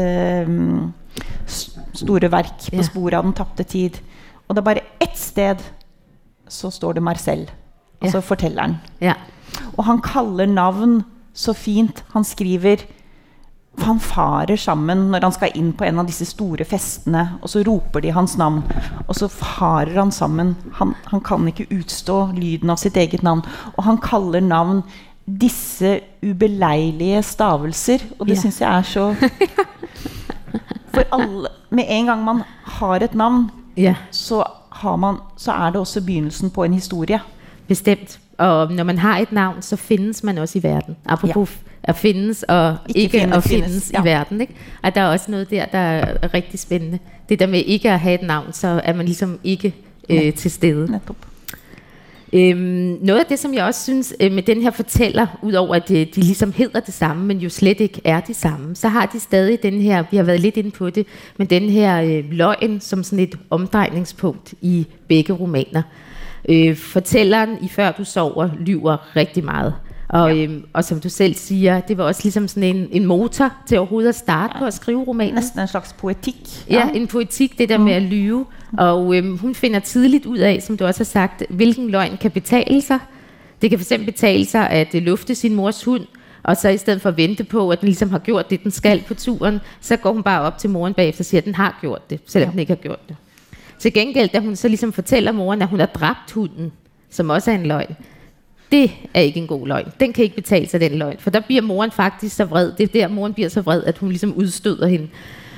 [SPEAKER 3] store verk på sporet av den tapte tid, og det er bare ett sted så står det Marcel. altså fortelleren.
[SPEAKER 2] Ja.
[SPEAKER 3] Og han kaller navn så fint. Han skriver fanfarer sammen når han skal inn på en av disse store festene, og så roper de hans navn, og så farer han sammen. Han kan ikke utstå lyden av sitt eget navn, og han kaller navn disse ubeleilige stavelser, og det synes jeg så for alle, med en gang man har et navn, så det også begynnelsen på en historie.
[SPEAKER 2] Bestemt. Og når man har et navn, så findes man også i verden. Apropos at findes og ikke at findes i verden, ikke? Og der også noget der rigtig spændende. Det der med ikke at have et navn, så man ligesom ikke til stede.
[SPEAKER 3] Netop.
[SPEAKER 2] Noget af det, som jeg også synes med den her fortæller, udover at de ligesom hedder det samme, men jo slet ikke er de samme, så har de stadig den her, vi har været lidt inde på det, men den her løgn som sådan et omdrejningspunkt i begge romaner. Fortælleren i Før du sover lyver rigtig meget. Og som du selv siger, det var også ligesom sådan en motor til overhovedet at starte på at skrive romaner.
[SPEAKER 3] Næsten en slags poetik.
[SPEAKER 2] Ja, en poetik, det der med at lyve. Og hun finder tidligt ud af, som du også har sagt, hvilken løgn kan betale sig. Det kan fx betale sig at lufte sin mors hund, og så i stedet for at vente på, at den ligesom har gjort det, den skal på turen, så går hun bare op til moren bagefter og siger, at den har gjort det, selvom den ikke har gjort det. Til gengæld, da hun så ligesom fortæller moren, at hun har dræbt hunden, som også er en løgn, det er ikke en god løgn. Den kan ikke betale sig, den løgn. For der bliver moren faktisk så vred. Det er der, moren bliver så vred, at hun ligesom udstøder hende.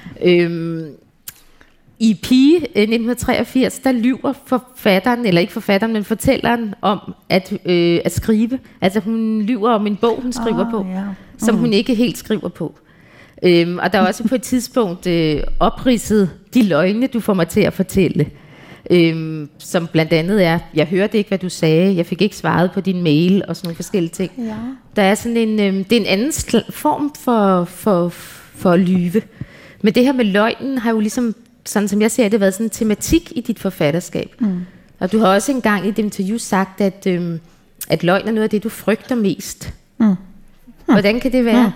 [SPEAKER 2] I Pige 1983, der lyver forfatteren, eller ikke forfatteren, men fortælleren om at skrive. Altså hun lyver om en bog, hun skriver på, som hun ikke helt skriver på. Og der er også på et tidspunkt opridset de løgne, du får mig til at fortælle. Som blandt andet er, jeg hørte ikke, hvad du sagde, jeg fik ikke svaret på din mail, og sådan nogle forskellige ting. Ja. Der er sådan det er en anden form for at lyve. Men det her med løgnen har jo ligesom, sådan som jeg ser det, været sådan en tematik i dit forfatterskab. Og du har også engang i et interview sagt, at løgn er noget af det, du frygter mest. Hvordan kan det være?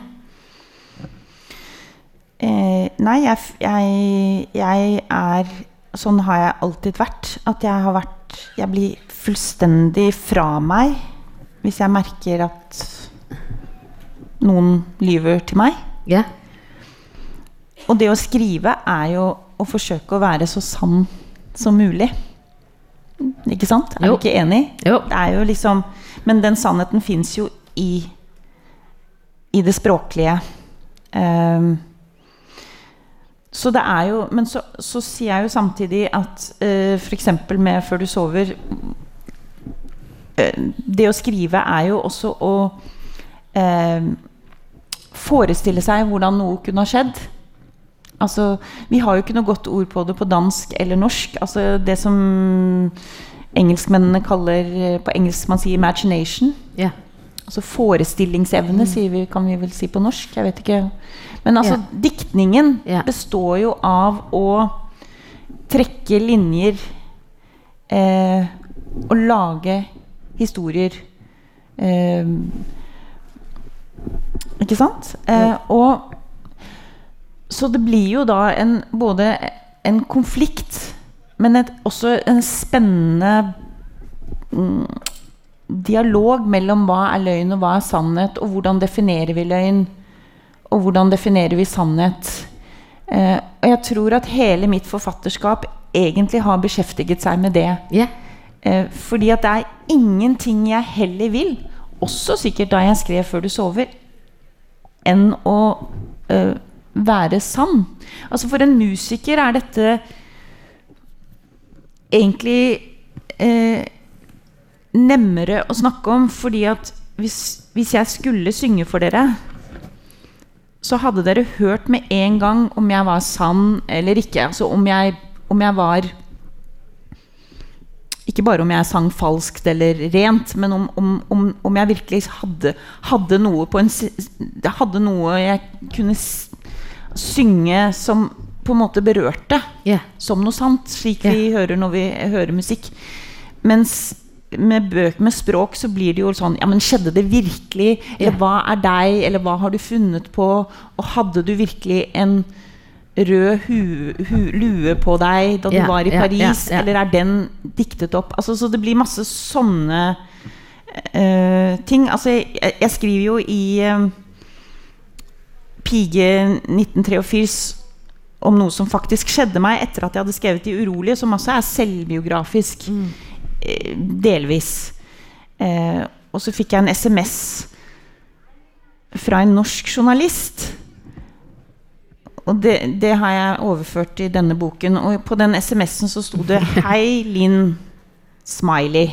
[SPEAKER 3] Nej, jeg sånn har jeg alltid vært, at jeg blir fullstendig fra meg hvis jeg merker at noen lyver til meg.
[SPEAKER 2] Ja.
[SPEAKER 3] Og det å skrive jo å forsøke å være så sann som mulig. Ikke sant? Du ikke enig?
[SPEAKER 2] Jo.
[SPEAKER 3] Det jo liksom, men den sannheten finnes jo i det språklige. Så det jo, men så sier jeg jo samtidig at for eksempel med Før du sover, det å skrive jo også å forestille seg hvordan noe kunne ha skjedd. Altså, vi har jo ikke noe godt ord på det på dansk eller norsk. Altså det som engelskmennene kaller, på engelsk man sier imagination. Ja. Altså forestillingsevne kan vi vel si på norsk, jeg vet ikke. Men altså diktningen består jo av å trekke linjer og lage historier. Ikke sant? Og så det blir jo da både en konflikt, men også en spennende dialog mellom hva løgn og hva sannhet, og hvordan definerer vi løgn, og hvordan definerer vi sannhet. Og jeg tror at hele mitt forfatterskap egentlig har beskjeftiget seg med det. Fordi at det ingenting jeg heller vil, også sikkert da jeg skrev Før du sover, enn å være sann. Altså for en musiker dette egentlig nemmere å snakke om, fordi at hvis jeg skulle synge for dere, så hadde dere hørt med en gang om jeg var sann eller ikke. Altså om jeg var, ikke bare om jeg sang falskt eller rent, men om jeg virkelig hadde noe hadde noe jeg kunne synge som på en måte berørte som noe sant, slik vi hører når vi hører musikk. Mens med bøker med språk så blir det jo sånn, ja, men skjedde det virkelig? Eller hva deg? Eller hva har du funnet på? Og hadde du virkelig en rød lue på deg da du var i Paris? Eller den diktet opp? Altså, så det blir masse sånne ting. Altså, jeg skriver jo i Pige 1983 om noe som faktisk skjedde meg etter at jeg hadde skrevet I Urolige, som også selvbiografisk, delvis. Og så fikk jeg en SMS fra en norsk journalist, og det har jeg overført I denne boken, og på den SMS-en så stod det «Hei Linn, smiley.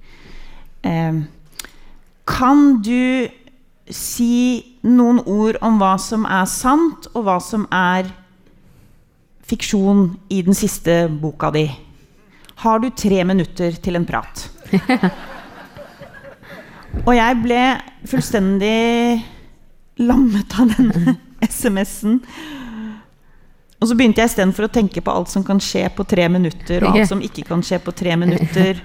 [SPEAKER 3] Kan du si noen ord om hva som sant og hva som fiksjon I den siste boka di? Har du 3 minutter til en prat?» Og jeg ble fullstendig lammet av denne SMS-en. Og så begynte jeg I stedet for å tenke på alt som kan skje på 3 minutter, og alt som ikke kan skje på 3 minutter.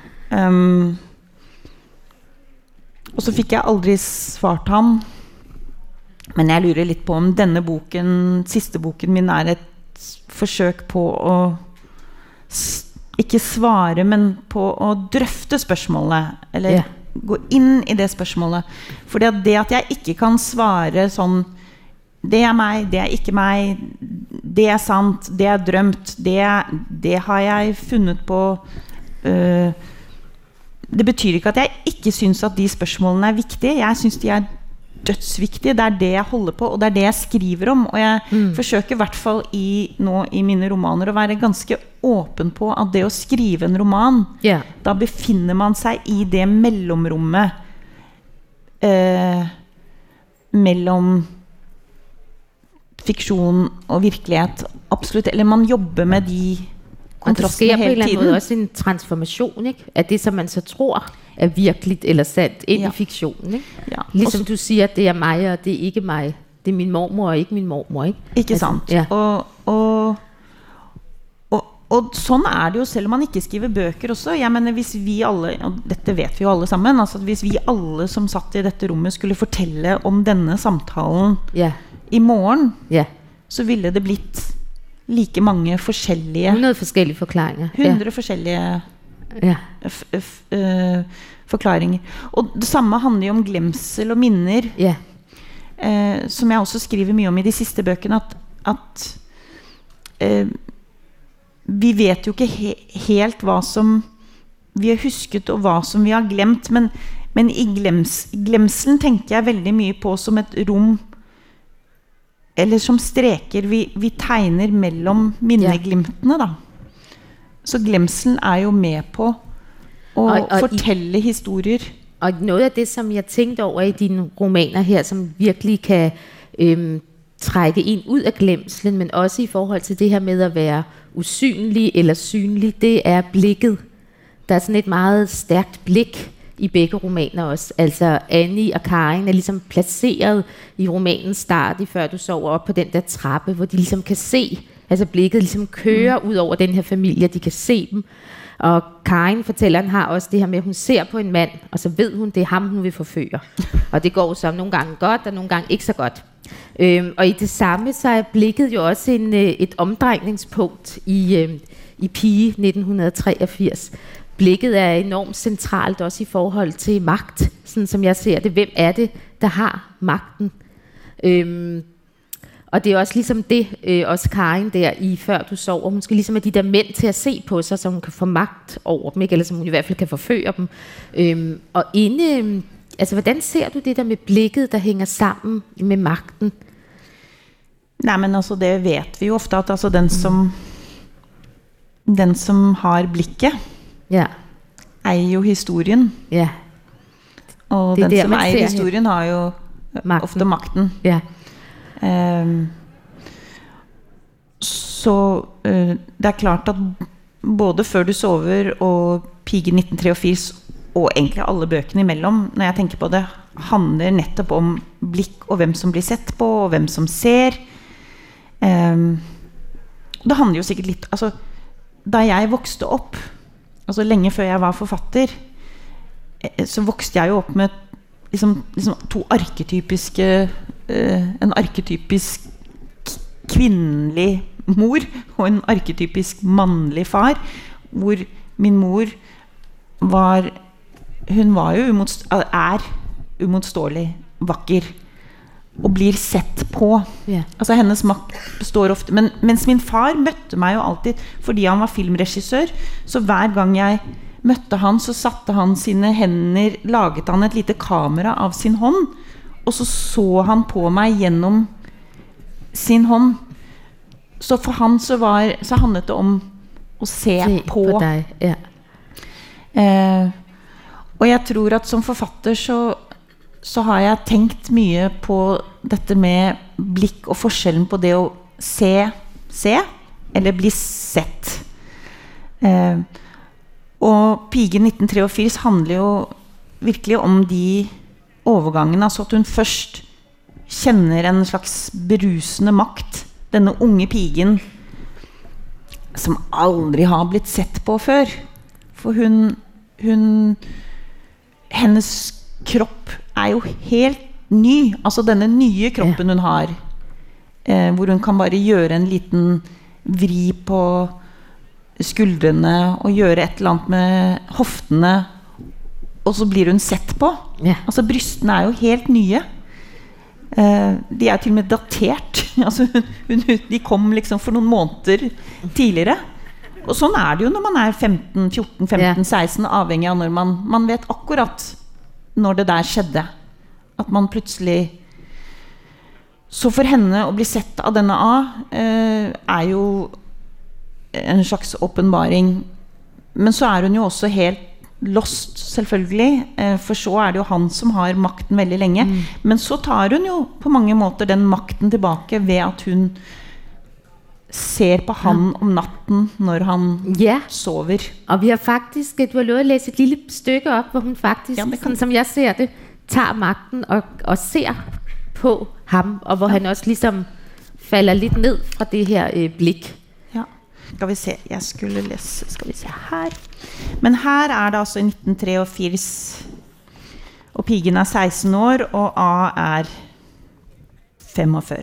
[SPEAKER 3] Og så fikk jeg aldri svart ham. Men jeg lurer litt på om denne boken, siste boken min, et forsøk på å ikke svare, men på å drøfte spørsmålet, eller gå inn I det spørsmålet. Fordi at det at jeg ikke kan svare sånn, det meg, det ikke meg, det sant, det drømt, det har jeg funnet på. Det betyr ikke at jeg ikke synes at de spørsmålene viktige. Jeg synes de dødsviktige. Det det jeg holder på, og det det jeg skriver om. Og jeg forsøker I hvert fall nå I mine romaner å være ganske åpen på at det å skrive en roman, da befinner man seg I det mellomrommet mellom fiksjon og virkelighet, absolutt, eller man jobber med de kontrastene hele tiden. Og det sker på en eller anden måde også en transformation, ikke? At det som man så tror virkelig eller sandt ind I fiktionen, ikke? Ja. Ligesom du siger, at det mig, og det ikke mig. Det min mormor og ikke min mormor, ikke? Ikke sant. Ja. Og sånn det jo, selv om man ikke skriver bøker også. Jeg mener, hvis vi alle, og dette vet vi jo alle sammen, altså hvis vi alle som satt I dette rommet skulle fortelle om denne samtalen I morgen, så ville det blitt like mange forskjellige 100 forskjellige forklaringer 100 forskjellige forklaringer. Og det samme handler jo om glemsel og minner, som jeg også skriver mye om I de siste bøkene, at vi vet jo ikke helt hva som vi har husket og hva som vi har glemt, men I glemselen tenker jeg veldig mye på som et rom, eller som streker vi tegner mellom minneglimtene da. Så glemselen jo med på å fortelle historier. Og noget af det, som jeg tænkte over I dine romaner her, som virkelig kan trække en ud af glemselen, men også I forhold til det her med at være usynlig eller synlig, det blikket. Der sådan et meget stærkt blik I begge romaner også. Altså Annie og Karin ligesom placeret I romanens start I Før du sover op på den der trappe, hvor de ligesom kan se, altså blikket ligesom kører ud over den her familie, de kan se dem. Og Karin, fortælleren, har også det her med, at hun ser på en mand, og så ved hun, det ham, hun vil forføre. Og det går så nogle gange godt, og nogle gange ikke så godt. Og I det samme, så blikket jo også et omdrejningspunkt I Pige 1983. Blikket enormt centralt også I forhold til magt, sådan som jeg ser det. Hvem det, der har magten? Og det også ligesom det, også Karin der I Før du sover, hun skal ligesom have de der mænd til at se på sig, så hun kan få magt over dem, ikke? Eller som hun I hvert fald kan forføre dem. Og altså hvordan ser du det der med blikket, der hænger sammen med magten? Nej, men altså det vet vi jo ofte, at altså den som har blikket, jo historien. Ja. Og den som historien har jo ofte magten. Ja. Så det klart at både Før du sover og Pige 1983 og egentlig alle bøkene imellom, når jeg tenker på det, handler nettopp om blikk og hvem som blir sett på og hvem som ser. Det handler jo sikkert litt, altså da jeg vokste opp, altså lenge før jeg var forfatter, så vokste jeg jo opp med liksom to arketypiske en arketypisk kvinnelig mor og en arketypisk mannlig far, hvor min mor var hun var jo umotståelig vakker og blir sett på. Altså hennes makt består ofte, men mens min far møtte meg jo alltid, fordi han var filmregissør, så hver gang jeg møtte han, så satte han sine hender, laget han et lite kamera av sin hånd, og så han på meg gjennom sin hånd. Så for han så handlet det om å se på
[SPEAKER 2] deg,
[SPEAKER 3] og jeg tror at som forfatter så har jeg tenkt mye på dette med blikk og forskjellen på det å se eller bli sett. Og Pigen 1983 handler jo virkelig om de overgangene, altså at hun først kjenner en slags berusende makt, denne unge pigen som aldri har blitt sett på før, for hennes kropp jo helt ny, altså denne nye kroppen hun har, hvor hun kan bare gjøre en liten vri på skuldrene og gjøre et eller annet med hoftene, og så blir hun sett på. Altså brystene jo helt nye. De til og med datert. Altså de kom liksom for noen måneder tidligere. Og sånn det jo når man 14-15-16, avhengig av når man vet akkurat når det der skjedde, at man plutselig så for henne å bli sett av denne jo en slags åpenbaring, men så hun jo også helt lost selvfølgelig, for så det jo han som har makten veldig lenge, men så tar hun jo på mange måter den makten tilbake ved at hun ser på han om natten når han sover.
[SPEAKER 2] Og vi har faktisk, du har lovet at læse et lille stykke op, hvor hun faktisk, sådan som jeg ser det, tager magten og ser på ham, og hvor han også ligesom falder lidt ned fra det her blik.
[SPEAKER 3] Skal vi se, jeg skulle lese, skal vi se her. Men her det altså i 1983, og Pigen 16 år, og A 45.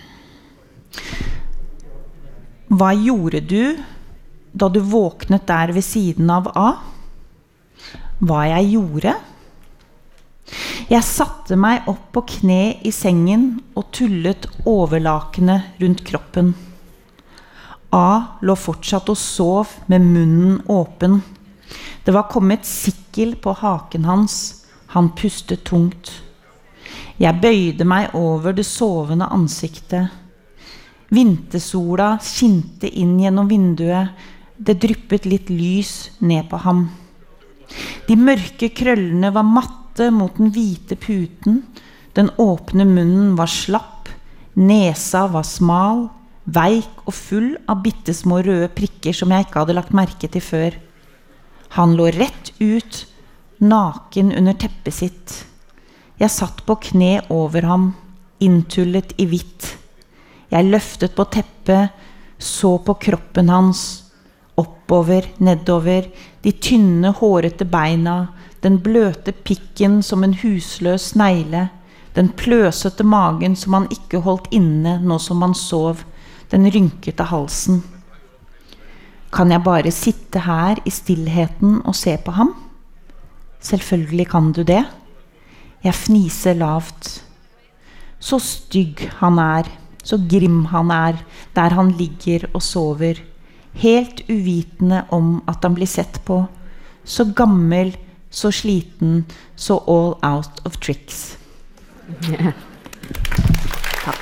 [SPEAKER 3] Hva gjorde du da du våknet der ved siden av A? Hva jeg gjorde? Jeg satte meg opp på kne i sengen og tullet overlakene rundt kroppen. A lå fortsatt og sov med munnen åpen. Det var kommet sikkel på haken hans. Han pustet tungt. Jeg bøyde meg over det sovende ansiktet. Vintersola skinte inn gjennom vinduet. Det dryppet litt lys ned på ham. De mørke krøllene var matte mot den hvite puten. Den åpne munnen var slapp. Nesa var smal, veik og full av bittesmå røde prikker som jeg ikke hadde lagt merke til før. Han lå rett ut, naken under teppet sitt. Jeg satt på kne over ham, inntullet i hvitt. Jeg løftet på teppet, så på kroppen hans, oppover, nedover, de tynne, hårete beina, den bløte pikken som en husløs snegle, den pløsete magen som han ikke holdt inne nå som han sov, den rynkete halsen. Kan jeg bare sitte her i stillheten og se på ham? Selvfølgelig kan du det. Jeg fniser lavt. Så stygg han så grim han der han ligger og sover, helt uvitende om at han blir sett på, så gammel, så sliten, så all out of tricks. Takk.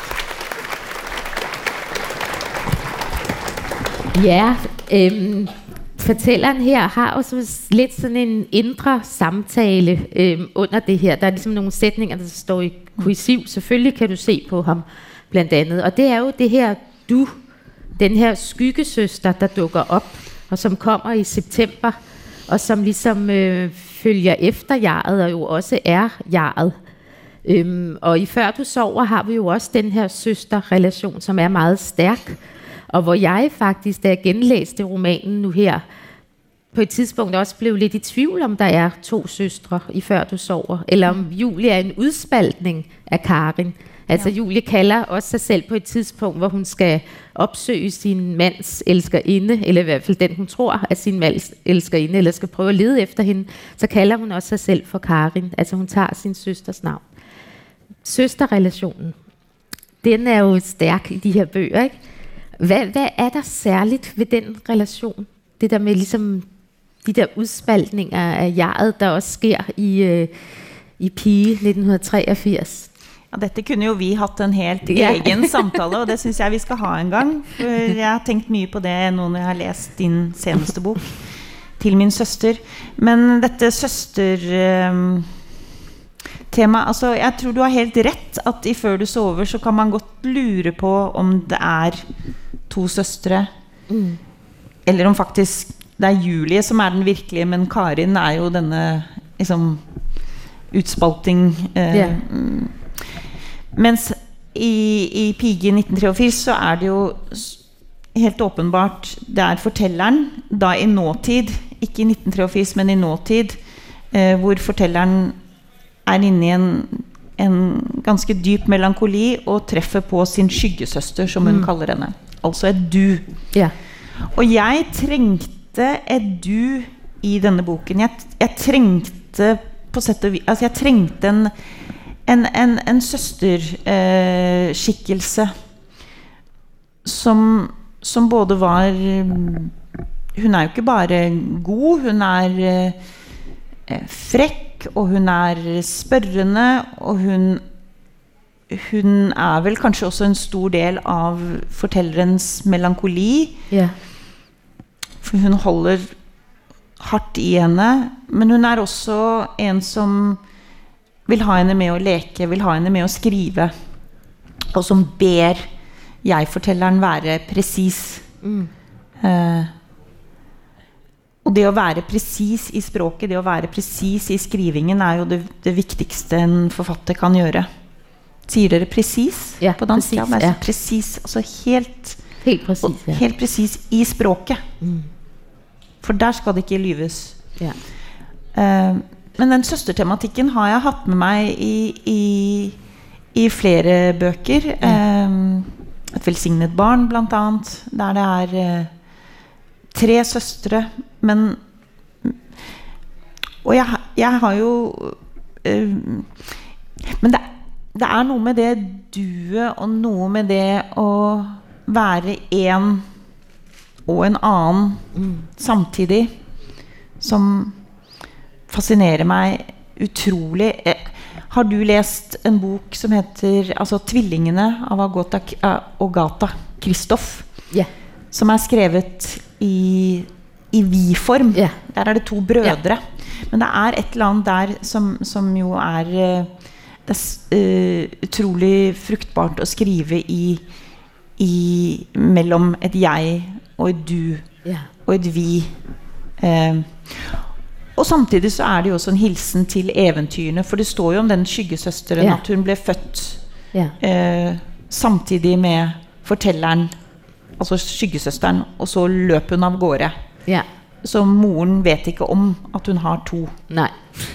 [SPEAKER 2] Fortælleren her har også lidt sådan en indre samtale under det her. Der ligesom nogle sætninger, der står i kursiv. Selvfølgelig kan du se på ham, blandt andet. Og det jo det her den her skyggesøster, der dukker op, og som kommer i september, og som ligesom følger efter jeget, og jo også jeget. Og i Før du sover har vi jo også den her søsterrelation, som meget stærk, og hvor jeg faktisk, da jeg genlæste romanen nu her, på et tidspunkt også blev lidt i tvivl, om der er 2 søstre i Før du sover, eller om Julie er en udspaltning af Karin. Altså Julie kalder også sig selv på et tidspunkt, hvor hun skal opsøge sin mands elskerinde, eller i hvert fald den, hun tror er sin mands elskerinde, eller skal prøve at lede efter hende, så kalder hun også sig selv for Karin. Altså hun tager sin søsters navn. Søsterrelationen, den er jo stærk i de her bøger, ikke? Hvad er der særligt ved den relation? Det der med ligesom de der udspaltninger af jeget, der også sker i Pige 1983.
[SPEAKER 3] Ja, dette kunne jo vi hatt en helt egen samtale, og det synes jeg vi skal ha en gang. For jeg har tenkt mye på det nå når jeg har læst din seneste bok, Til min søster. Men dette søster... tema, altså jeg tror du har helt rett at i Før du sover så kan man godt lure på om det er 2 søstre eller om faktisk det er Julie som er den virkelige, men Karin er jo denne liksom, utspalting mens i Pige 1983 så er det jo helt åpenbart det er fortelleren da i nåtid, ikke i 1983 men i nåtid hvor fortelleren er inne i en ganske dyp melankoli og treffer på sin skyggesøster, som hun kaller henne. Altså et du.
[SPEAKER 2] Ja.
[SPEAKER 3] Og jeg trengte et du i denne boken. Jeg trengte på sett og vis, altså jeg trengte en søsterskikkelse som både var, hun er jo ikke bare god, hun er frekk, og hun er spørrende, og hun er vel kanskje også en stor del av fortellerens melankoli.
[SPEAKER 2] Ja.
[SPEAKER 3] For hun holder hardt i henne, men hun er også en som vil ha henne med å leke, vil ha henne med å skrive, og som ber jeg-fortelleren være precis. Og det å være precis i språket, det å være precis i skrivingen er jo det viktigste en forfatter kan gjøre. Sier dere precis på dansk?
[SPEAKER 2] Precis,
[SPEAKER 3] ja, precis, altså helt
[SPEAKER 2] precis,
[SPEAKER 3] helt precis i språket. For der skal det ikke lyves.
[SPEAKER 2] Ja.
[SPEAKER 3] Men den søstertematikken har jeg hatt med meg i flere bøker. Et velsignet barn blant annet, der det er 3 søstre, men og jeg har jo men det er noe med det duet og noe med det å være en og en annen samtidig som fascinerer meg utrolig. Har du lest en bok som heter altså Tvillingene av Agatha Christoph?
[SPEAKER 2] Ja.
[SPEAKER 3] Som er skrevet i vi-form. Der er det 2 brødre. Men det er et eller annet der som jo er det er utrolig fruktbart å skrive mellom et jeg og et du og et vi. Og samtidig så er det jo også en hilsen til eventyrene, for det står jo om den skyggesøsteren at hun ble født samtidig med fortelleren, altså skyggesøsteren, og så løp hun av gårde. Så moren vet ikke om at hun har 2.
[SPEAKER 2] Nej.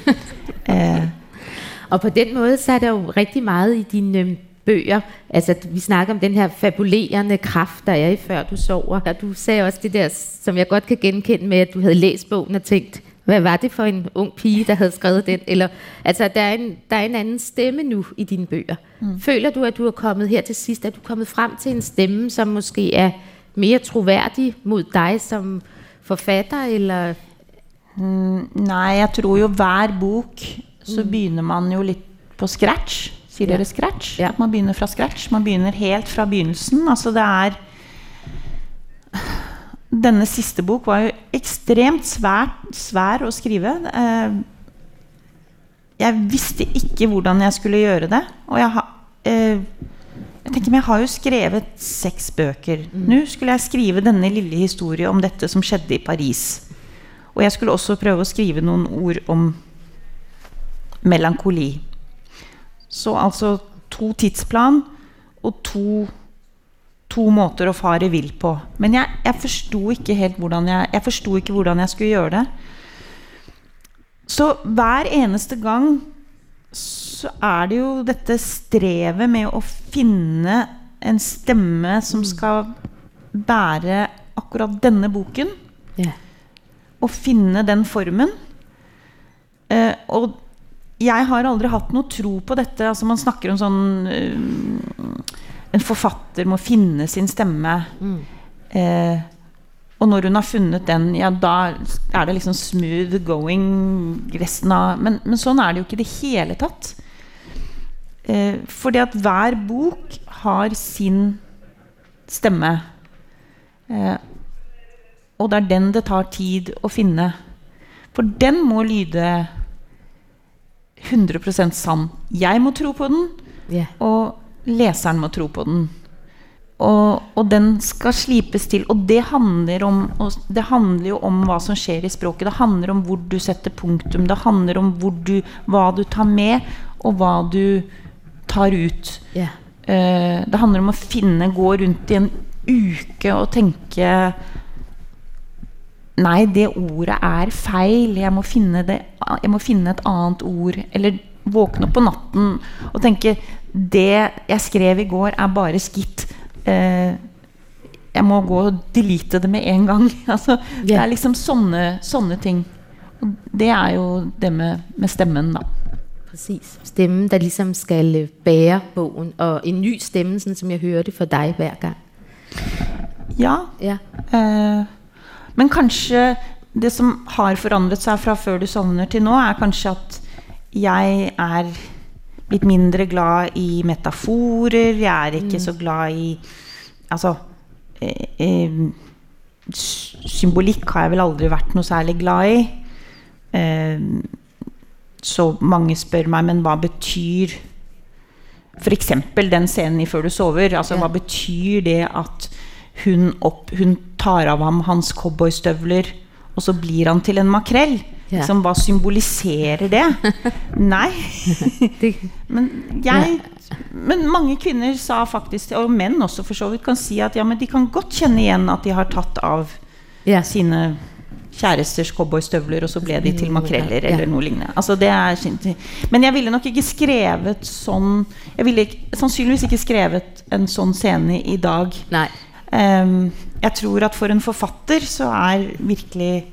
[SPEAKER 2] Og på den måde så er der jo rigtig meget i dine bøger, altså vi snakker om den her fabulerende kraft, der er i Før du sover, og du sagde også det der, som jeg godt kan genkende med, at du havde læst bogen og tænkt, hvad var det for en ung pige, der havde skrevet den? Eller, altså der er en anden stemme nu i dine bøger. Føler du, at du er kommet her til sidst, at du er kommet frem til en stemme, som måske er mere troværdig mod dig som forfatter, eller?
[SPEAKER 3] Nej, jeg tror jo hver bok, så begynner man jo lidt på scratch. Sier dere scratch? At man begynner fra scratch. Man begynner helt fra begynnelsen. Altså det er... Denne siste bok var jo ekstremt svær å skrive. Jeg visste ikke hvordan jeg skulle gjøre det. Og jeg tenker, men jeg har jo skrevet 6 bøker. Nå skulle jeg skrive denne lille historie om dette som skjedde i Paris. Og jeg skulle også prøve å skrive noen ord om melankoli. Så altså 2 tidsplan og 2 2 måter å fare vill på. Men jeg forstod ikke helt hvordan jeg skulle gjøre det. Så hver eneste gang så det jo dette strevet med å finne en stemme som skal bære akkurat denne boken, og finne den formen. Og jeg har aldri hatt noe tro på dette. Altså man snakker om sånn en forfatter må finne sin stemme. Og når hun har funnet den, ja, da det liksom smooth going resten av... Men sånn det jo ikke i det hele tatt. Fordi at hver bok har sin stemme. Og det den det tar tid å finne. For den må lyde 100% sann. Jeg må tro på den, og leseren må tro på den. Og den skal slipes til, og det handler jo om hva som skjer i språket. Det handler om hvor du setter punktum, det handler om hva du tar med, og hva du tar ut. Det handler om å gå rundt i en uke og tenke nei, det ordet feil, jeg må finne et annet ord, eller våkne opp på natten og tenke, det jeg skrev i går bare skitt, jeg må gå og delete det med en gang. Altså, det liksom sånne ting, og det jo det med stemmen da.
[SPEAKER 2] Præcis. Stemmen, der ligesom skal bære bogen, og en ny stemme, sådan som jeg hører det for dig hver gang.
[SPEAKER 3] Ja. Men kanskje det som har forandret seg fra før du sovner til nå, kanskje at jeg litt mindre glad i metaforer, jeg ikke så glad i altså symbolikk har jeg vel aldri vært noe særlig glad i. Så mange spør meg, men hva betyr for eksempel den scenen i Før du sover, altså hva betyr det at hun tar av ham hans cowboystøvler, og så blir han til en makrell? Liksom, hva symboliserer det? Nei. Men mange kvinner sa faktisk, og menn også for så vidt, kan si at ja, men de kan godt kjenne igjen at de har tatt av sine kjæresters cowboystøvler, og så ble de til makreller eller noe lignende. Altså det men jeg ville nok ikke skrevet sånn, jeg ville sannsynligvis ikke skrevet en sånn scene i dag.
[SPEAKER 2] Nei.
[SPEAKER 3] Jeg tror at for en forfatter så virkelig,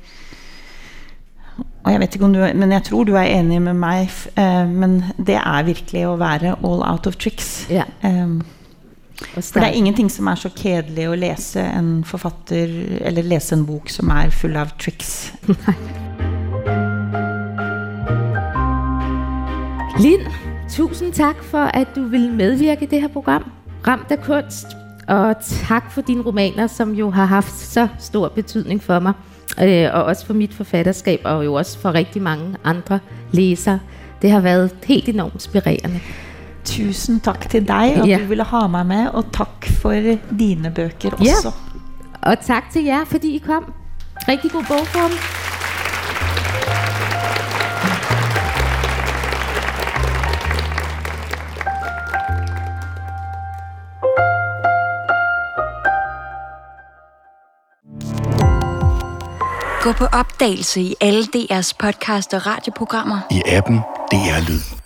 [SPEAKER 3] og jeg vet ikke om men jeg tror du enig med meg, men det virkelig å være all out of tricks. For det ingenting som så kedelig å lese en forfatter, eller lese en bok som full av tricks.
[SPEAKER 2] Linn, tusind tak for at du ville medvirke i det her program, Ramt af kunst. Og tak for dine romaner, som jo har haft så stor betydning for mig, og også for mit forfatterskab, og jo også for rigtig mange andre læsere. Det har været helt enormt inspirerende.
[SPEAKER 3] Tusen tak til dig, at du ville ha mig med, og tak for dine bøger også.
[SPEAKER 2] Og tak til jer, fordi I kom. Rigtig god bogform.
[SPEAKER 1] Gå på opdagelse i alle DR's podcast og radioprogrammer.
[SPEAKER 4] I appen DR Lyd.